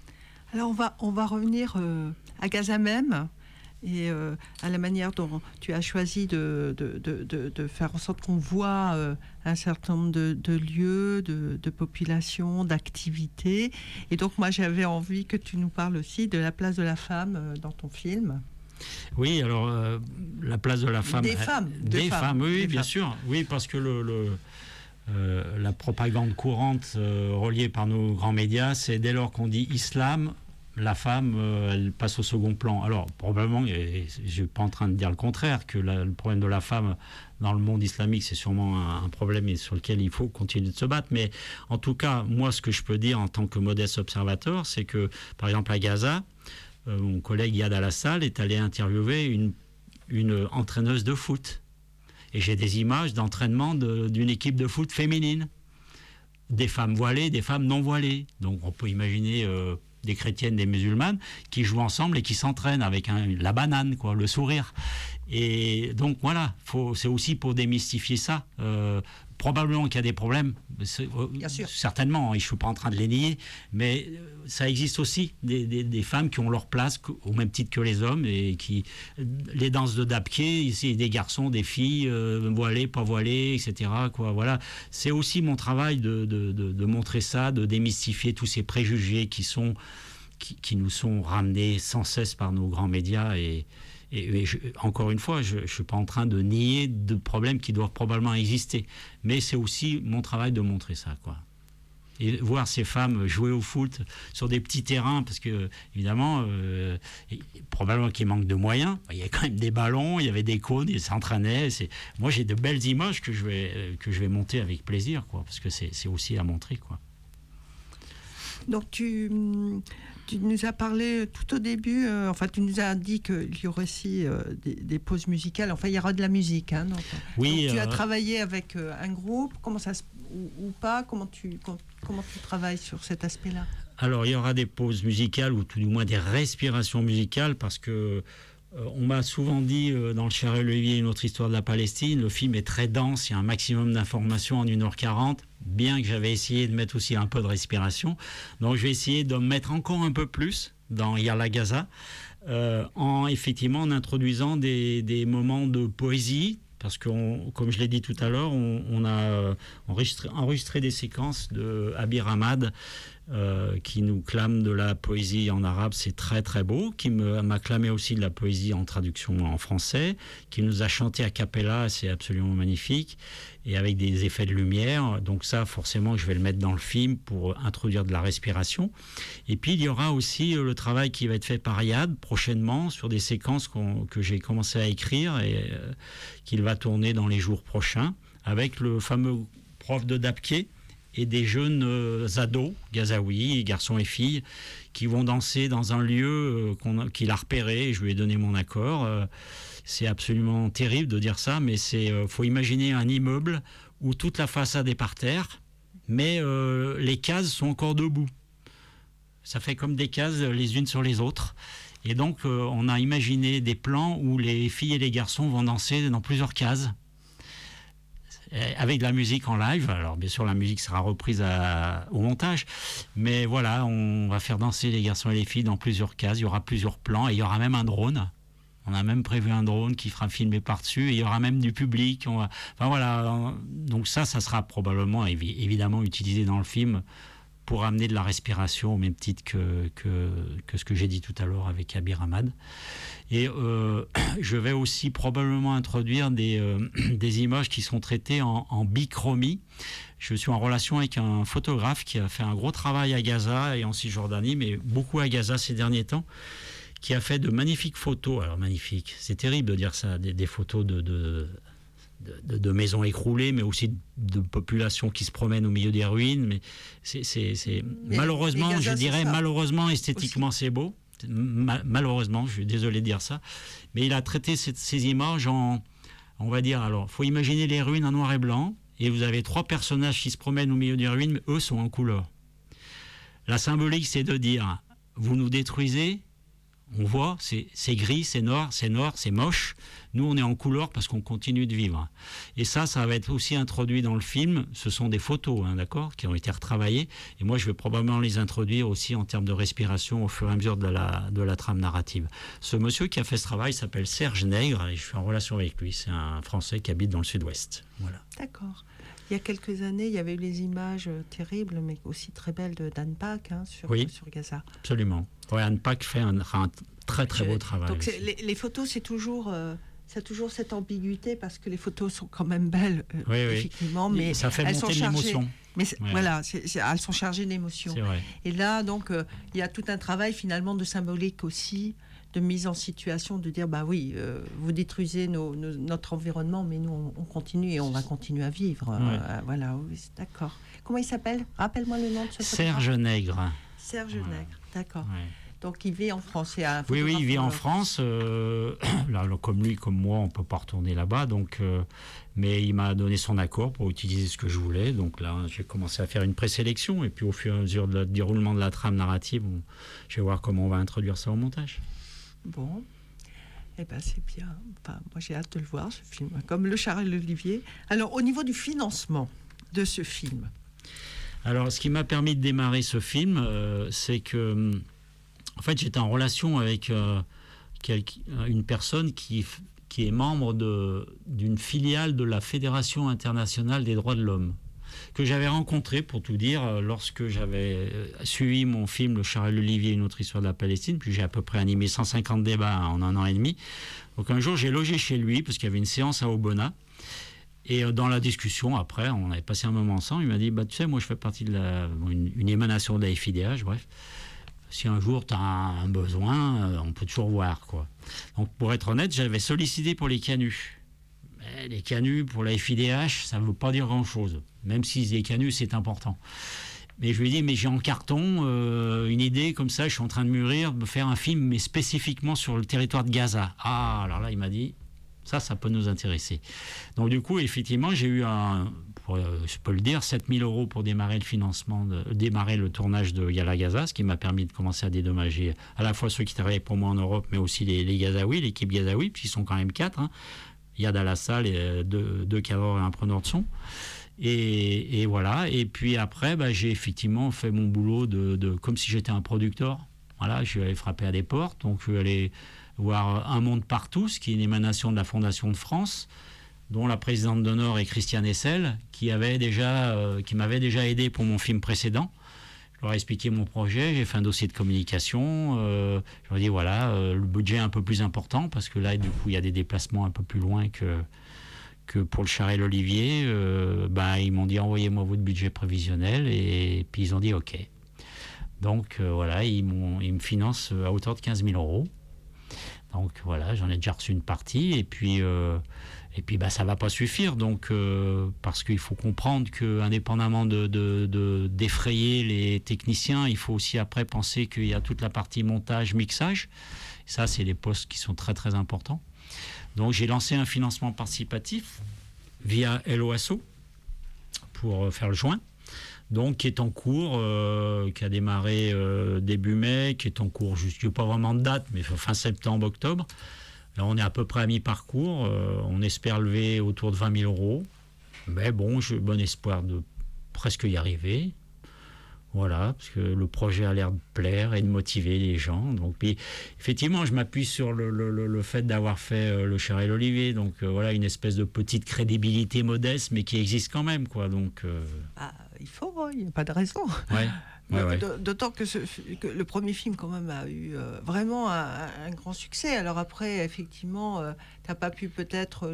Alors on va revenir à Gaza même et à la manière dont tu as choisi de faire en sorte qu'on voit un certain nombre de lieux, de populations, d'activités. Et donc moi j'avais envie que tu nous parles aussi de la place de la femme dans ton film. Oui, alors la place de la femme... Des femmes. Oui, bien sûr. Oui, parce que la propagande courante reliée par nos grands médias, c'est dès lors qu'on dit islam, la femme, elle passe au second plan. Alors, probablement, et je ne suis pas en train de dire le contraire, que le problème de la femme dans le monde islamique, c'est sûrement un problème sur lequel il faut continuer de se battre. Mais en tout cas, moi, ce que je peux dire en tant que modeste observateur, c'est que, par exemple, à Gaza, mon collègue Yad Al-Assal est allé interviewer une entraîneuse de foot. Et j'ai des images d'entraînement d'une équipe de foot féminine. Des femmes voilées, des femmes non voilées. Donc on peut imaginer des chrétiennes, des musulmanes qui jouent ensemble et qui s'entraînent avec la banane, quoi, le sourire. Et donc voilà, c'est aussi pour démystifier ça. Probablement qu'il y a des problèmes, Bien sûr. Certainement, je ne suis pas en train de les nier, mais ça existe aussi des femmes qui ont leur place au même titre que les hommes, et les danses de Dabké, ici des garçons, des filles, voilées, pas voilées, etc. Quoi, voilà. C'est aussi mon travail de montrer ça, de démystifier tous ces préjugés qui nous sont ramenés sans cesse par nos grands médias. Et encore une fois, je ne suis pas en train de nier de problèmes qui doivent probablement exister. Mais c'est aussi mon travail de montrer ça, quoi. Et voir ces femmes jouer au foot sur des petits terrains, parce que, évidemment, probablement qu'il manque de moyens. Il y a quand même des ballons, il y avait des cônes, ils s'entraînaient. Moi, j'ai de belles images que je vais monter avec plaisir, quoi, parce que c'est aussi à montrer, quoi. Donc tu nous as parlé tout au début, tu nous as dit qu'il y aurait aussi des pauses musicales, il y aura de la musique. Hein, donc tu as travaillé avec un groupe, ou pas, comment tu travailles sur cet aspect-là? Alors il y aura des pauses musicales, ou tout du moins des respirations musicales, parce que on m'a souvent dit dans Le Cher et l'Olivier, une autre histoire de la Palestine, le film est très dense, il y a un maximum d'informations en 1h40, bien que j'avais essayé de mettre aussi un peu de respiration. Donc je vais essayer de mettre encore un peu plus dans Yalla Gaza, en introduisant des moments de poésie, parce que, comme je l'ai dit tout à l'heure, on a enregistré des séquences de Abir Ahmad, qui nous clame de la poésie en arabe, c'est très très beau, qui m'a clamé aussi de la poésie en traduction en français, qui nous a chanté a cappella, c'est absolument magnifique, et avec des effets de lumière. Donc ça, forcément, je vais le mettre dans le film pour introduire de la respiration. Et puis il y aura aussi le travail qui va être fait par Yad prochainement sur des séquences que j'ai commencé à écrire et qu'il va tourner dans les jours prochains, avec le fameux prof de Dabké et des jeunes ados, gazaouis, garçons et filles, qui vont danser dans un lieu qu'il a repéré, et je lui ai donné mon accord. C'est absolument terrible de dire ça, mais faut imaginer un immeuble où toute la façade est par terre, mais les cases sont encore debout. Ça fait comme des cases les unes sur les autres. Et donc, on a imaginé des plans où les filles et les garçons vont danser dans plusieurs cases, avec de la musique en live. Alors bien sûr la musique sera reprise au montage, mais voilà, on va faire danser les garçons et les filles dans plusieurs cases, il y aura plusieurs plans, et il y aura même un drone. On a même prévu un drone qui fera filmer par-dessus, et il y aura même du public. Donc ça sera probablement évidemment utilisé dans le film pour amener de la respiration, au même titre que ce que j'ai dit tout à l'heure avec Abir Ahmad. Et je vais aussi probablement introduire des images qui sont traitées en bichromie. Je suis en relation avec un photographe qui a fait un gros travail à Gaza et en Cisjordanie, mais beaucoup à Gaza ces derniers temps, qui a fait de magnifiques photos. Alors magnifiques, c'est terrible de dire ça, des photos de maisons écroulées, mais aussi de populations qui se promènent au milieu des ruines. Mais c'est malheureusement, Gaza, je dirais malheureusement, esthétiquement aussi. C'est beau. Malheureusement, je suis désolé de dire ça, mais il a traité ces images on va dire, alors, faut imaginer les ruines en noir et blanc, et vous avez 3 personnages qui se promènent au milieu des ruines, mais eux sont en couleur. La symbolique, c'est de dire, vous nous détruisez, On voit, c'est gris, c'est noir, c'est moche. Nous, on est en couleur parce qu'on continue de vivre. Et ça va être aussi introduit dans le film. Ce sont des photos, d'accord, qui ont été retravaillées. Et moi, je vais probablement les introduire aussi en termes de respiration au fur et à mesure de la trame narrative. Ce monsieur qui a fait ce travail s'appelle Serge Nègre et je suis en relation avec lui. C'est un Français qui habite dans le sud-ouest. Voilà. D'accord. Il y a quelques années, il y avait eu les images terribles, mais aussi très belles d'Anne Pack sur Gaza. Absolument. Ouais, Anne Pack fait un très très beau travail. Donc les photos, c'est toujours cette ambiguïté parce que les photos sont quand même belles, effectivement, mais ça fait monter de l'émotion. Mais voilà, elles sont chargées d'émotion. Et là, donc, il y a tout un travail finalement de symbolique aussi, de mise en situation, de dire vous détruisez notre environnement, mais nous on continue et on va continuer à vivre. Voilà, oui, d'accord. Comment il s'appelle? Rappelle-moi le nom de ce Serge Nègre. Serge Nègre, d'accord. Ouais. Donc il vit en France. Oui, il vit en France. Là, comme lui, comme moi, on ne peut pas retourner là-bas. Donc, mais il m'a donné son accord pour utiliser ce que je voulais. Donc là, j'ai commencé à faire une présélection. Et puis au fur et à mesure du déroulement de la trame narrative, je vais voir comment on va introduire ça au montage. Bon, eh ben c'est bien. Enfin, moi, j'ai hâte de le voir, ce film. Comme le Charles Olivier. Alors, au niveau du financement de ce film. Alors, ce qui m'a permis de démarrer ce film, c'est que... En fait, j'étais en relation avec une personne qui est membre d'une filiale de la Fédération internationale des droits de l'homme, que j'avais rencontré, pour tout dire, lorsque j'avais suivi mon film Le Charles Olivier, une autre histoire de la Palestine, puis j'ai à peu près animé 150 débats en 1 an et demi. Donc un jour, j'ai logé chez lui, parce qu'il y avait une séance à Obona. Et dans la discussion, après, on avait passé un moment ensemble, il m'a dit, tu sais, moi je fais partie de une émanation de la FIDH, bref. Si un jour tu as un besoin, on peut toujours voir, quoi. Donc pour être honnête, j'avais sollicité pour les canuts. Mais les canuts pour la FIDH, ça ne veut pas dire grand-chose. Même si les canuts, c'est important. Mais je lui ai dit, mais j'ai en carton une idée comme ça, je suis en train de mûrir, de faire un film, mais spécifiquement sur le territoire de Gaza. Ah, alors là, il m'a dit, ça peut nous intéresser. Donc du coup, effectivement, j'ai eu je peux le dire, 7 000 € pour démarrer le financement, démarrer le tournage de Yala Gaza, ce qui m'a permis de commencer à dédommager à la fois ceux qui travaillaient pour moi en Europe, mais aussi les Gazaouis, l'équipe Gazaoui, puisqu'ils sont quand même 4. Yad Alassal, 2 cadreurs et un preneur de son. Et voilà. Et puis après, j'ai effectivement fait mon boulot comme si j'étais un producteur. Voilà, je suis allé frapper à des portes. Donc je suis allé voir Un Monde Partout, qui est une émanation de la Fondation de France, dont la présidente d'honneur est Christiane Essel, qui m'avait déjà aidé pour mon film précédent. Je leur ai expliqué mon projet, j'ai fait un dossier de communication. Je leur ai dit, le budget est un peu plus important, parce que là, du coup, il y a des déplacements un peu plus loin que pour le Charles Olivier. Ils m'ont dit, envoyez-moi votre budget prévisionnel, et puis ils ont dit, OK. Donc, ils me financent à hauteur de 15 000 €. Donc, j'en ai déjà reçu une partie, et puis ça va pas suffire, donc parce qu'il faut comprendre que, indépendamment d'effrayer les techniciens, il faut aussi après penser qu'il y a toute la partie montage, mixage. Ça, c'est les postes qui sont très très importants. Donc j'ai lancé un financement participatif via LOASO pour faire le joint, donc qui est en cours, qui a démarré début mai, qui est en cours, je n'ai pas vraiment de date, mais fin septembre, octobre. Là, on est à peu près à mi-parcours. On espère lever autour de 20 000 €. Mais bon, j'ai bon espoir de presque y arriver. Voilà, parce que le projet a l'air de plaire et de motiver les gens. Donc, puis, effectivement, je m'appuie sur le fait d'avoir fait le Charles Olivier. Donc, une espèce de petite crédibilité modeste, mais qui existe quand même, quoi. Donc, il faut, il n'y a pas de raison. Ouais. D'autant que le premier film quand même a eu vraiment un grand succès. Alors après, effectivement, tu n'as pas pu peut-être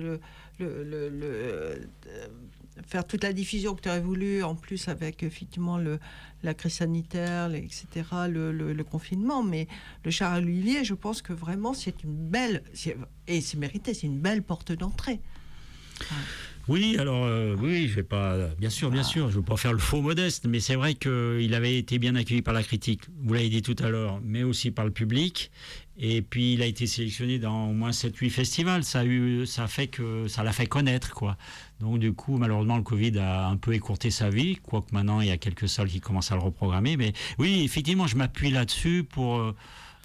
faire toute la diffusion que tu aurais voulu, en plus avec effectivement la crise sanitaire, etc., le confinement. Mais le Charles Olivier, je pense que vraiment c'est une belle, et c'est mérité, c'est une belle porte d'entrée. Oui, alors je vais pas, bien sûr, je ne veux pas faire le faux modeste, mais c'est vrai qu'il avait été bien accueilli par la critique, vous l'avez dit tout à l'heure, mais aussi par le public, et puis il a été sélectionné dans au moins 7-8 festivals, ça l'a fait connaître, quoi. Donc du coup, malheureusement, le Covid a un peu écourté sa vie, quoique maintenant il y a quelques salles qui commencent à le reprogrammer, mais oui, effectivement, je m'appuie là-dessus pour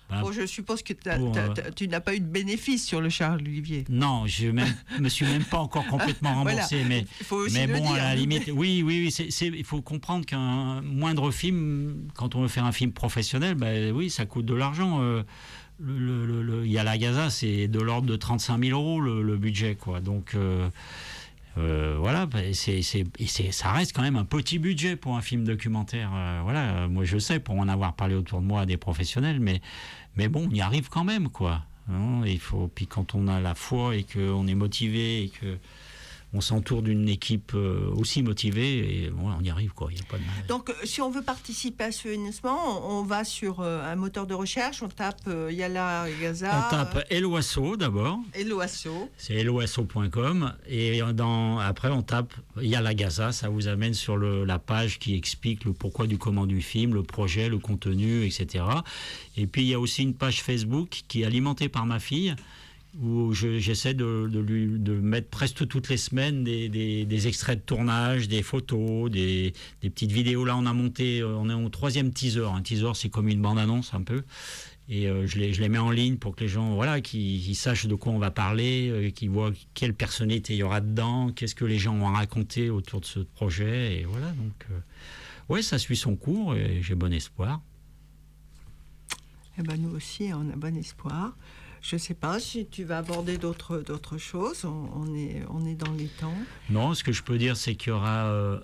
Bon, je suppose que tu n'as pas eu de bénéfice sur le Charles Olivier. Non, je me suis même pas encore complètement remboursé. Voilà. Mais bon, à la limite, oui, il faut comprendre qu'un moindre film, quand on veut faire un film professionnel, oui, ça coûte de l'argent. Yala Gaza, c'est de l'ordre de 35 000 € le budget, quoi. Donc voilà, ça reste quand même un petit budget pour un film documentaire. Voilà, moi je sais, pour en avoir parlé autour de moi à des professionnels, mais bon, on y arrive quand même, quoi. Hein, puis quand on a la foi et qu'on est motivé et que on s'entoure d'une équipe aussi motivée, et on y arrive, quoi. Il y a pas de mal. Donc, si on veut participer à ce financement, on va sur un moteur de recherche, on tape Yala Gaza. On tape Eloasso d'abord. Eloasso. C'est eloasso.com. Et après, on tape Yala Gaza. Ça vous amène sur la page qui explique le pourquoi du comment du film, le projet, le contenu, etc. Et puis, il y a aussi une page Facebook qui est alimentée par ma fille, où j'essaie de mettre presque toutes les semaines des extraits de tournage, des photos, des petites vidéos. Là, on a monté, on est au 3e teaser. Un teaser, c'est comme une bande-annonce un peu. Et je les mets en ligne pour que les gens, voilà, qu'ils sachent de quoi on va parler, qu'ils voient quelle personnalité il y aura dedans, qu'est-ce que les gens vont raconter autour de ce projet. Et voilà, donc, ouais, ça suit son cours et j'ai bon espoir. Eh ben, nous aussi, on a bon espoir. Je ne sais pas si tu vas aborder d'autres choses. On est dans les temps. Non, ce que je peux dire, c'est qu'il y aura,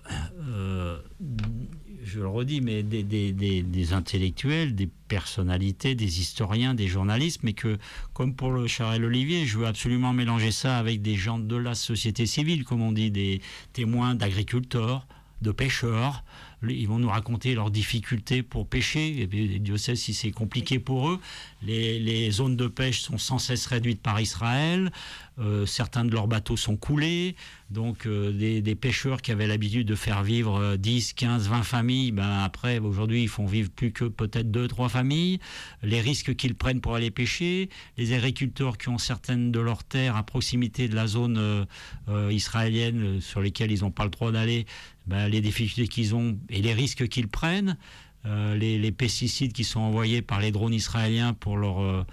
je le redis, mais des intellectuels, des personnalités, des historiens, des journalistes, mais que, comme pour le Charles Olivier, je veux absolument mélanger ça avec des gens de la société civile, comme on dit, des témoins d'agriculteurs, de pêcheurs. Ils vont nous raconter leurs difficultés pour pêcher. Et puis, Dieu sait si c'est compliqué pour eux. Les zones de pêche sont sans cesse réduites par Israël. Certains de leurs bateaux sont coulés. Donc, des pêcheurs qui avaient l'habitude de faire vivre 10, 15, 20 familles, après, aujourd'hui, ils font vivre plus que peut-être 2, 3 familles. Les risques qu'ils prennent pour aller pêcher. Les agriculteurs qui ont certaines de leurs terres à proximité de la zone israélienne sur lesquelles ils n'ont pas le droit d'aller. Les difficultés qu'ils ont et les risques qu'ils prennent, les pesticides qui sont envoyés par les drones israéliens pour leur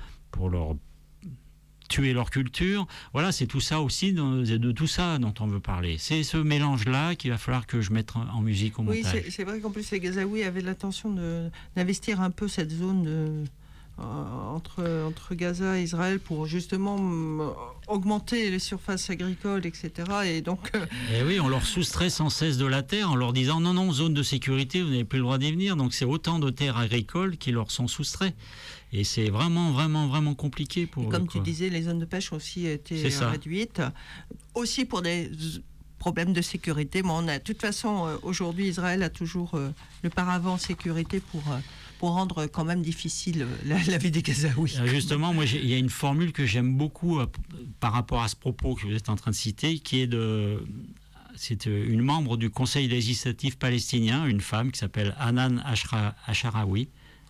tuer leur culture. Voilà, c'est tout ça aussi, de tout ça dont on veut parler. C'est ce mélange-là qu'il va falloir que je mette en musique au montage. Oui, c'est vrai qu'en plus les Gazaouis avaient l'intention d'investir un peu cette zone entre Gaza et Israël pour justement augmenter les surfaces agricoles, etc. Et donc, et oui, on leur soustrait sans cesse de la terre en leur disant non, zone de sécurité, vous n'avez plus le droit d'y venir. Donc c'est autant de terres agricoles qui leur sont soustraits. Et c'est vraiment, vraiment, vraiment compliqué pour eux. Comme tu disais, les zones de pêche ont aussi été réduites. Aussi pour des problèmes de sécurité. Bon, de toute façon, aujourd'hui, Israël a toujours le paravent sécurité pour rendre quand même difficile la vie des Gazaouis. Justement, moi, il y a une formule que j'aime beaucoup par rapport à ce propos que vous êtes en train de citer, qui est c'est une membre du Conseil législatif palestinien, une femme qui s'appelle Hanan Ashraoui,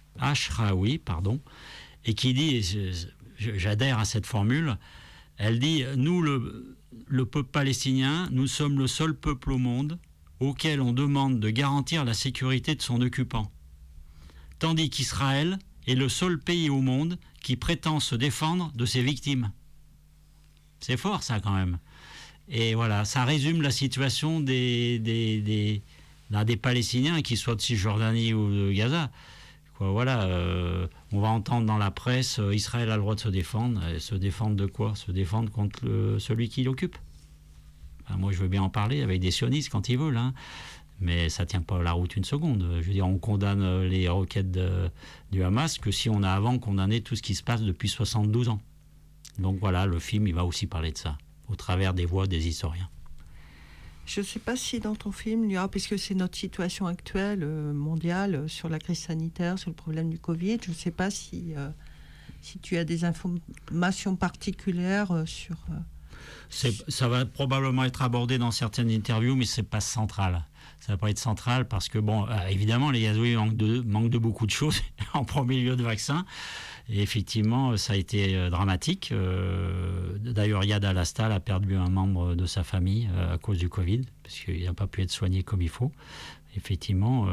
et qui dit, j'adhère à cette formule, elle dit, nous, le peuple palestinien, nous sommes le seul peuple au monde auquel on demande de garantir la sécurité de son occupant. Tandis qu'Israël est le seul pays au monde qui prétend se défendre de ses victimes. C'est fort, ça, quand même. Et voilà, ça résume la situation des Palestiniens, qu'ils soient de Cisjordanie ou de Gaza. Voilà, on va entendre dans la presse, Israël a le droit de se défendre. Se défendre de quoi? Se défendre contre celui qui l'occupe. Moi, je veux bien en parler avec des sionistes quand ils veulent, hein. Mais ça ne tient pas la route une seconde. Je veux dire, on condamne les requêtes du Hamas que si on a avant condamné tout ce qui se passe depuis 72 ans. Donc voilà, le film, il va aussi parler de ça, au travers des voix des historiens. Je ne sais pas si dans ton film, il y aura, puisque c'est notre situation actuelle mondiale sur la crise sanitaire, sur le problème du Covid, je ne sais pas si tu as des informations particulières sur... Ça va probablement être abordé dans certaines interviews, mais ce n'est pas central. Ça va pas être central parce que, évidemment, les Gazaouis manquent de beaucoup de choses, en premier lieu de vaccins. Et effectivement, ça a été dramatique. D'ailleurs, Yad Al-Astal a perdu un membre de sa famille à cause du Covid, parce qu'il n'a pas pu être soigné comme il faut. effectivement,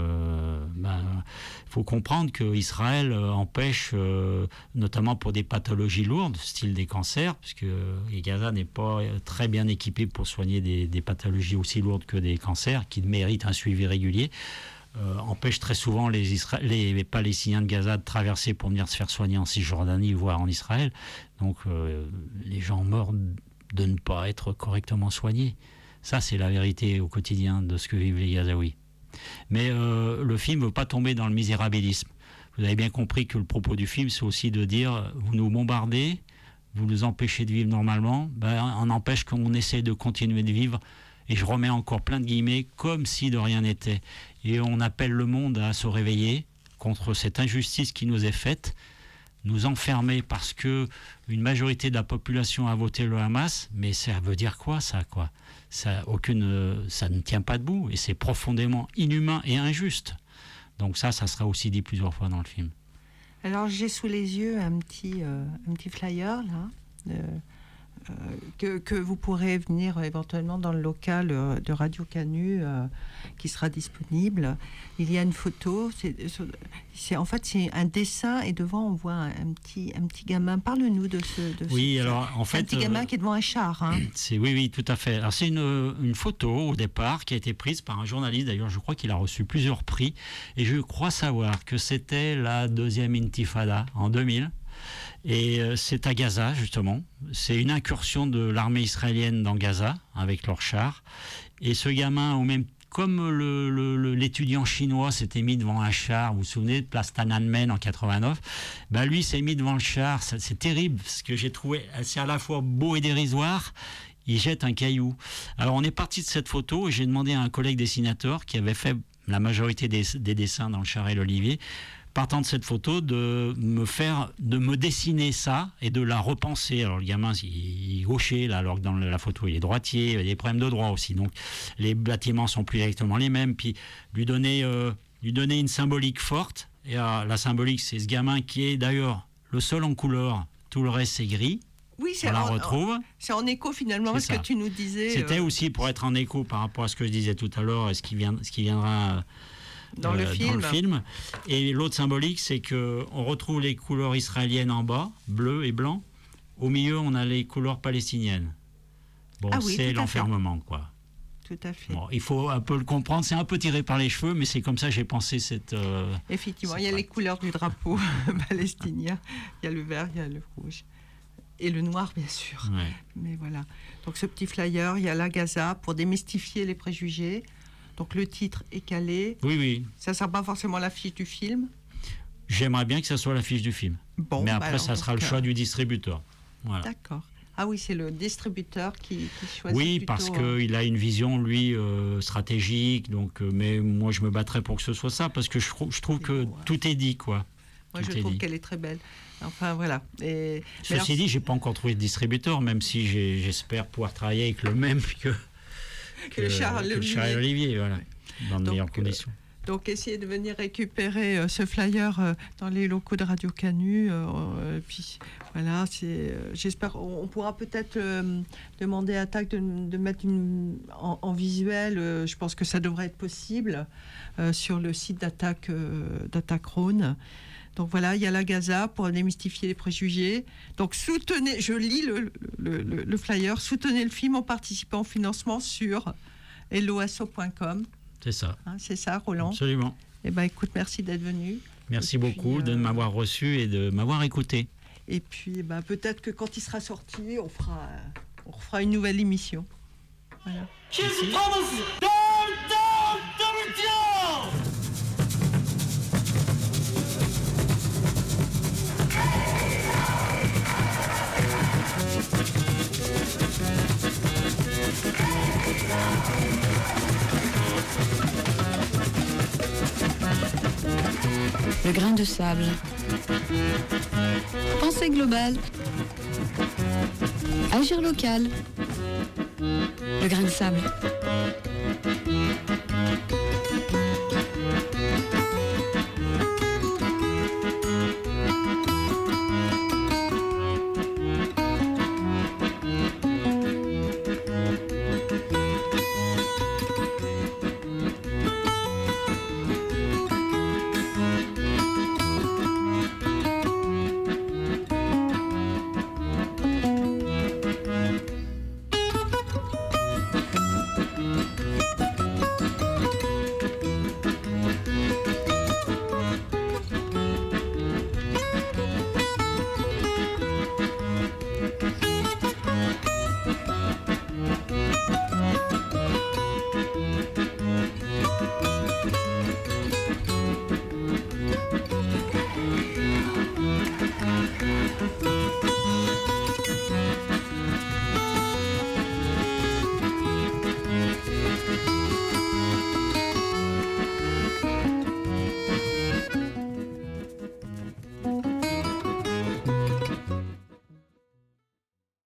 faut comprendre qu'Israël empêche, notamment pour des pathologies lourdes, style des cancers, puisque Gaza n'est pas très bien équipé pour soigner des pathologies aussi lourdes que des cancers, qui méritent un suivi régulier, empêche très souvent les Palestiniens de Gaza de traverser pour venir se faire soigner en Cisjordanie, voire en Israël. Donc les gens meurent de ne pas être correctement soignés. Ça, c'est la vérité au quotidien de ce que vivent les Gazaouis. Mais le film ne veut pas tomber dans le misérabilisme. Vous avez bien compris que le propos du film, c'est aussi de dire, vous nous bombardez, vous nous empêchez de vivre normalement, on empêche qu'on essaie de continuer de vivre, et je remets encore plein de guillemets, comme si de rien n'était. Et on appelle le monde à se réveiller contre cette injustice qui nous est faite, nous enfermer parce que une majorité de la population a voté le Hamas, mais ça veut dire quoi, ça, quoi ? Ça ne tient pas debout, et c'est profondément inhumain et injuste. Donc ça sera aussi dit plusieurs fois dans le film. Alors j'ai sous les yeux un petit flyer là, que vous pourrez venir éventuellement dans le local de Radio Canu qui sera disponible. Il y a une photo, c'est un dessin, et devant on voit un petit gamin. Parle-nous de ce alors en fait, un petit gamin qui est devant un char. Hein. Oui, tout à fait. Alors c'est une photo au départ qui a été prise par un journaliste. D'ailleurs, je crois qu'il a reçu plusieurs prix, et je crois savoir que c'était la deuxième Intifada en 2000. Et c'est à Gaza, justement. C'est une incursion de l'armée israélienne dans Gaza, avec leurs chars. Et ce gamin, comme l'étudiant chinois s'était mis devant un char, vous vous souvenez, de place Tiananmen en 89, lui s'est mis devant le char. C'est terrible, ce que j'ai trouvé, c'est à la fois beau et dérisoire. Il jette un caillou. Alors on est parti de cette photo, et j'ai demandé à un collègue dessinateur qui avait fait la majorité des dessins dans le char et l'olivier, partant de cette photo, de me dessiner ça et de la repenser. Alors le gamin, il est gaucher, là, alors que dans la photo, il est droitier, il a des problèmes de droit aussi. Donc les bâtiments sont plus exactement les mêmes. Puis lui donner une symbolique forte. Et la symbolique, c'est ce gamin qui est d'ailleurs le seul en couleur. Tout le reste, c'est gris. Oui, on la retrouve. C'est en écho finalement, parce que tu nous disais... C'était aussi pour être en écho par rapport à ce que je disais tout à l'heure et ce qui viendra... Dans le film. Et l'autre symbolique, c'est qu'on retrouve les couleurs israéliennes en bas, bleu et blanc. Au milieu, on a les couleurs palestiniennes. Bon, c'est l'enfermement, quoi. Tout à fait. Bon, il faut un peu le comprendre. C'est un peu tiré par les cheveux, mais c'est comme ça que j'ai pensé cette... Effectivement, il y a les couleurs du drapeau palestinien. Il y a le vert, il y a le rouge. Et le noir, bien sûr. Ouais. Mais voilà. Donc ce petit flyer, il y a la Gaza pour démystifier les préjugés. Donc le titre est calé. Oui. Ça ne sera pas forcément l'affiche du film. J'aimerais bien que ça soit l'affiche du film. Bon, mais après, ça sera le choix du distributeur. Voilà. D'accord. Ah oui, c'est le distributeur qui choisit. Oui, plutôt, parce qu'il a une vision, lui, stratégique. Donc, mais moi, je me battrais pour que ce soit ça, parce que je trouve que tout est dit, quoi. Moi, je trouve qu'elle est très belle. Enfin, voilà. Ceci dit, je n'ai pas encore trouvé de distributeur, même si j'espère pouvoir travailler avec le même que le char et l'olivier, voilà, dans de meilleures conditions. Donc, essayez de venir récupérer ce flyer dans les locaux de Radio Canu. Puis, voilà, j'espère... On pourra peut-être demander à TAC de mettre en visuel. Je pense que ça devrait être possible sur le site d'Attaque Rhône. Donc voilà, il y a la Gaza pour démystifier les préjugés. Donc soutenez, je lis le flyer, soutenez le film en participant au financement sur helloasso.com. C'est ça. Hein, c'est ça, Roland ? Absolument. Eh bien, écoute, merci d'être venu. Merci beaucoup de m'avoir reçu et de m'avoir écouté. Et puis, peut-être que quand il sera sorti, on fera une nouvelle émission. Voilà. Le grain de sable. Pensée globale. Agir local. Le grain de sable.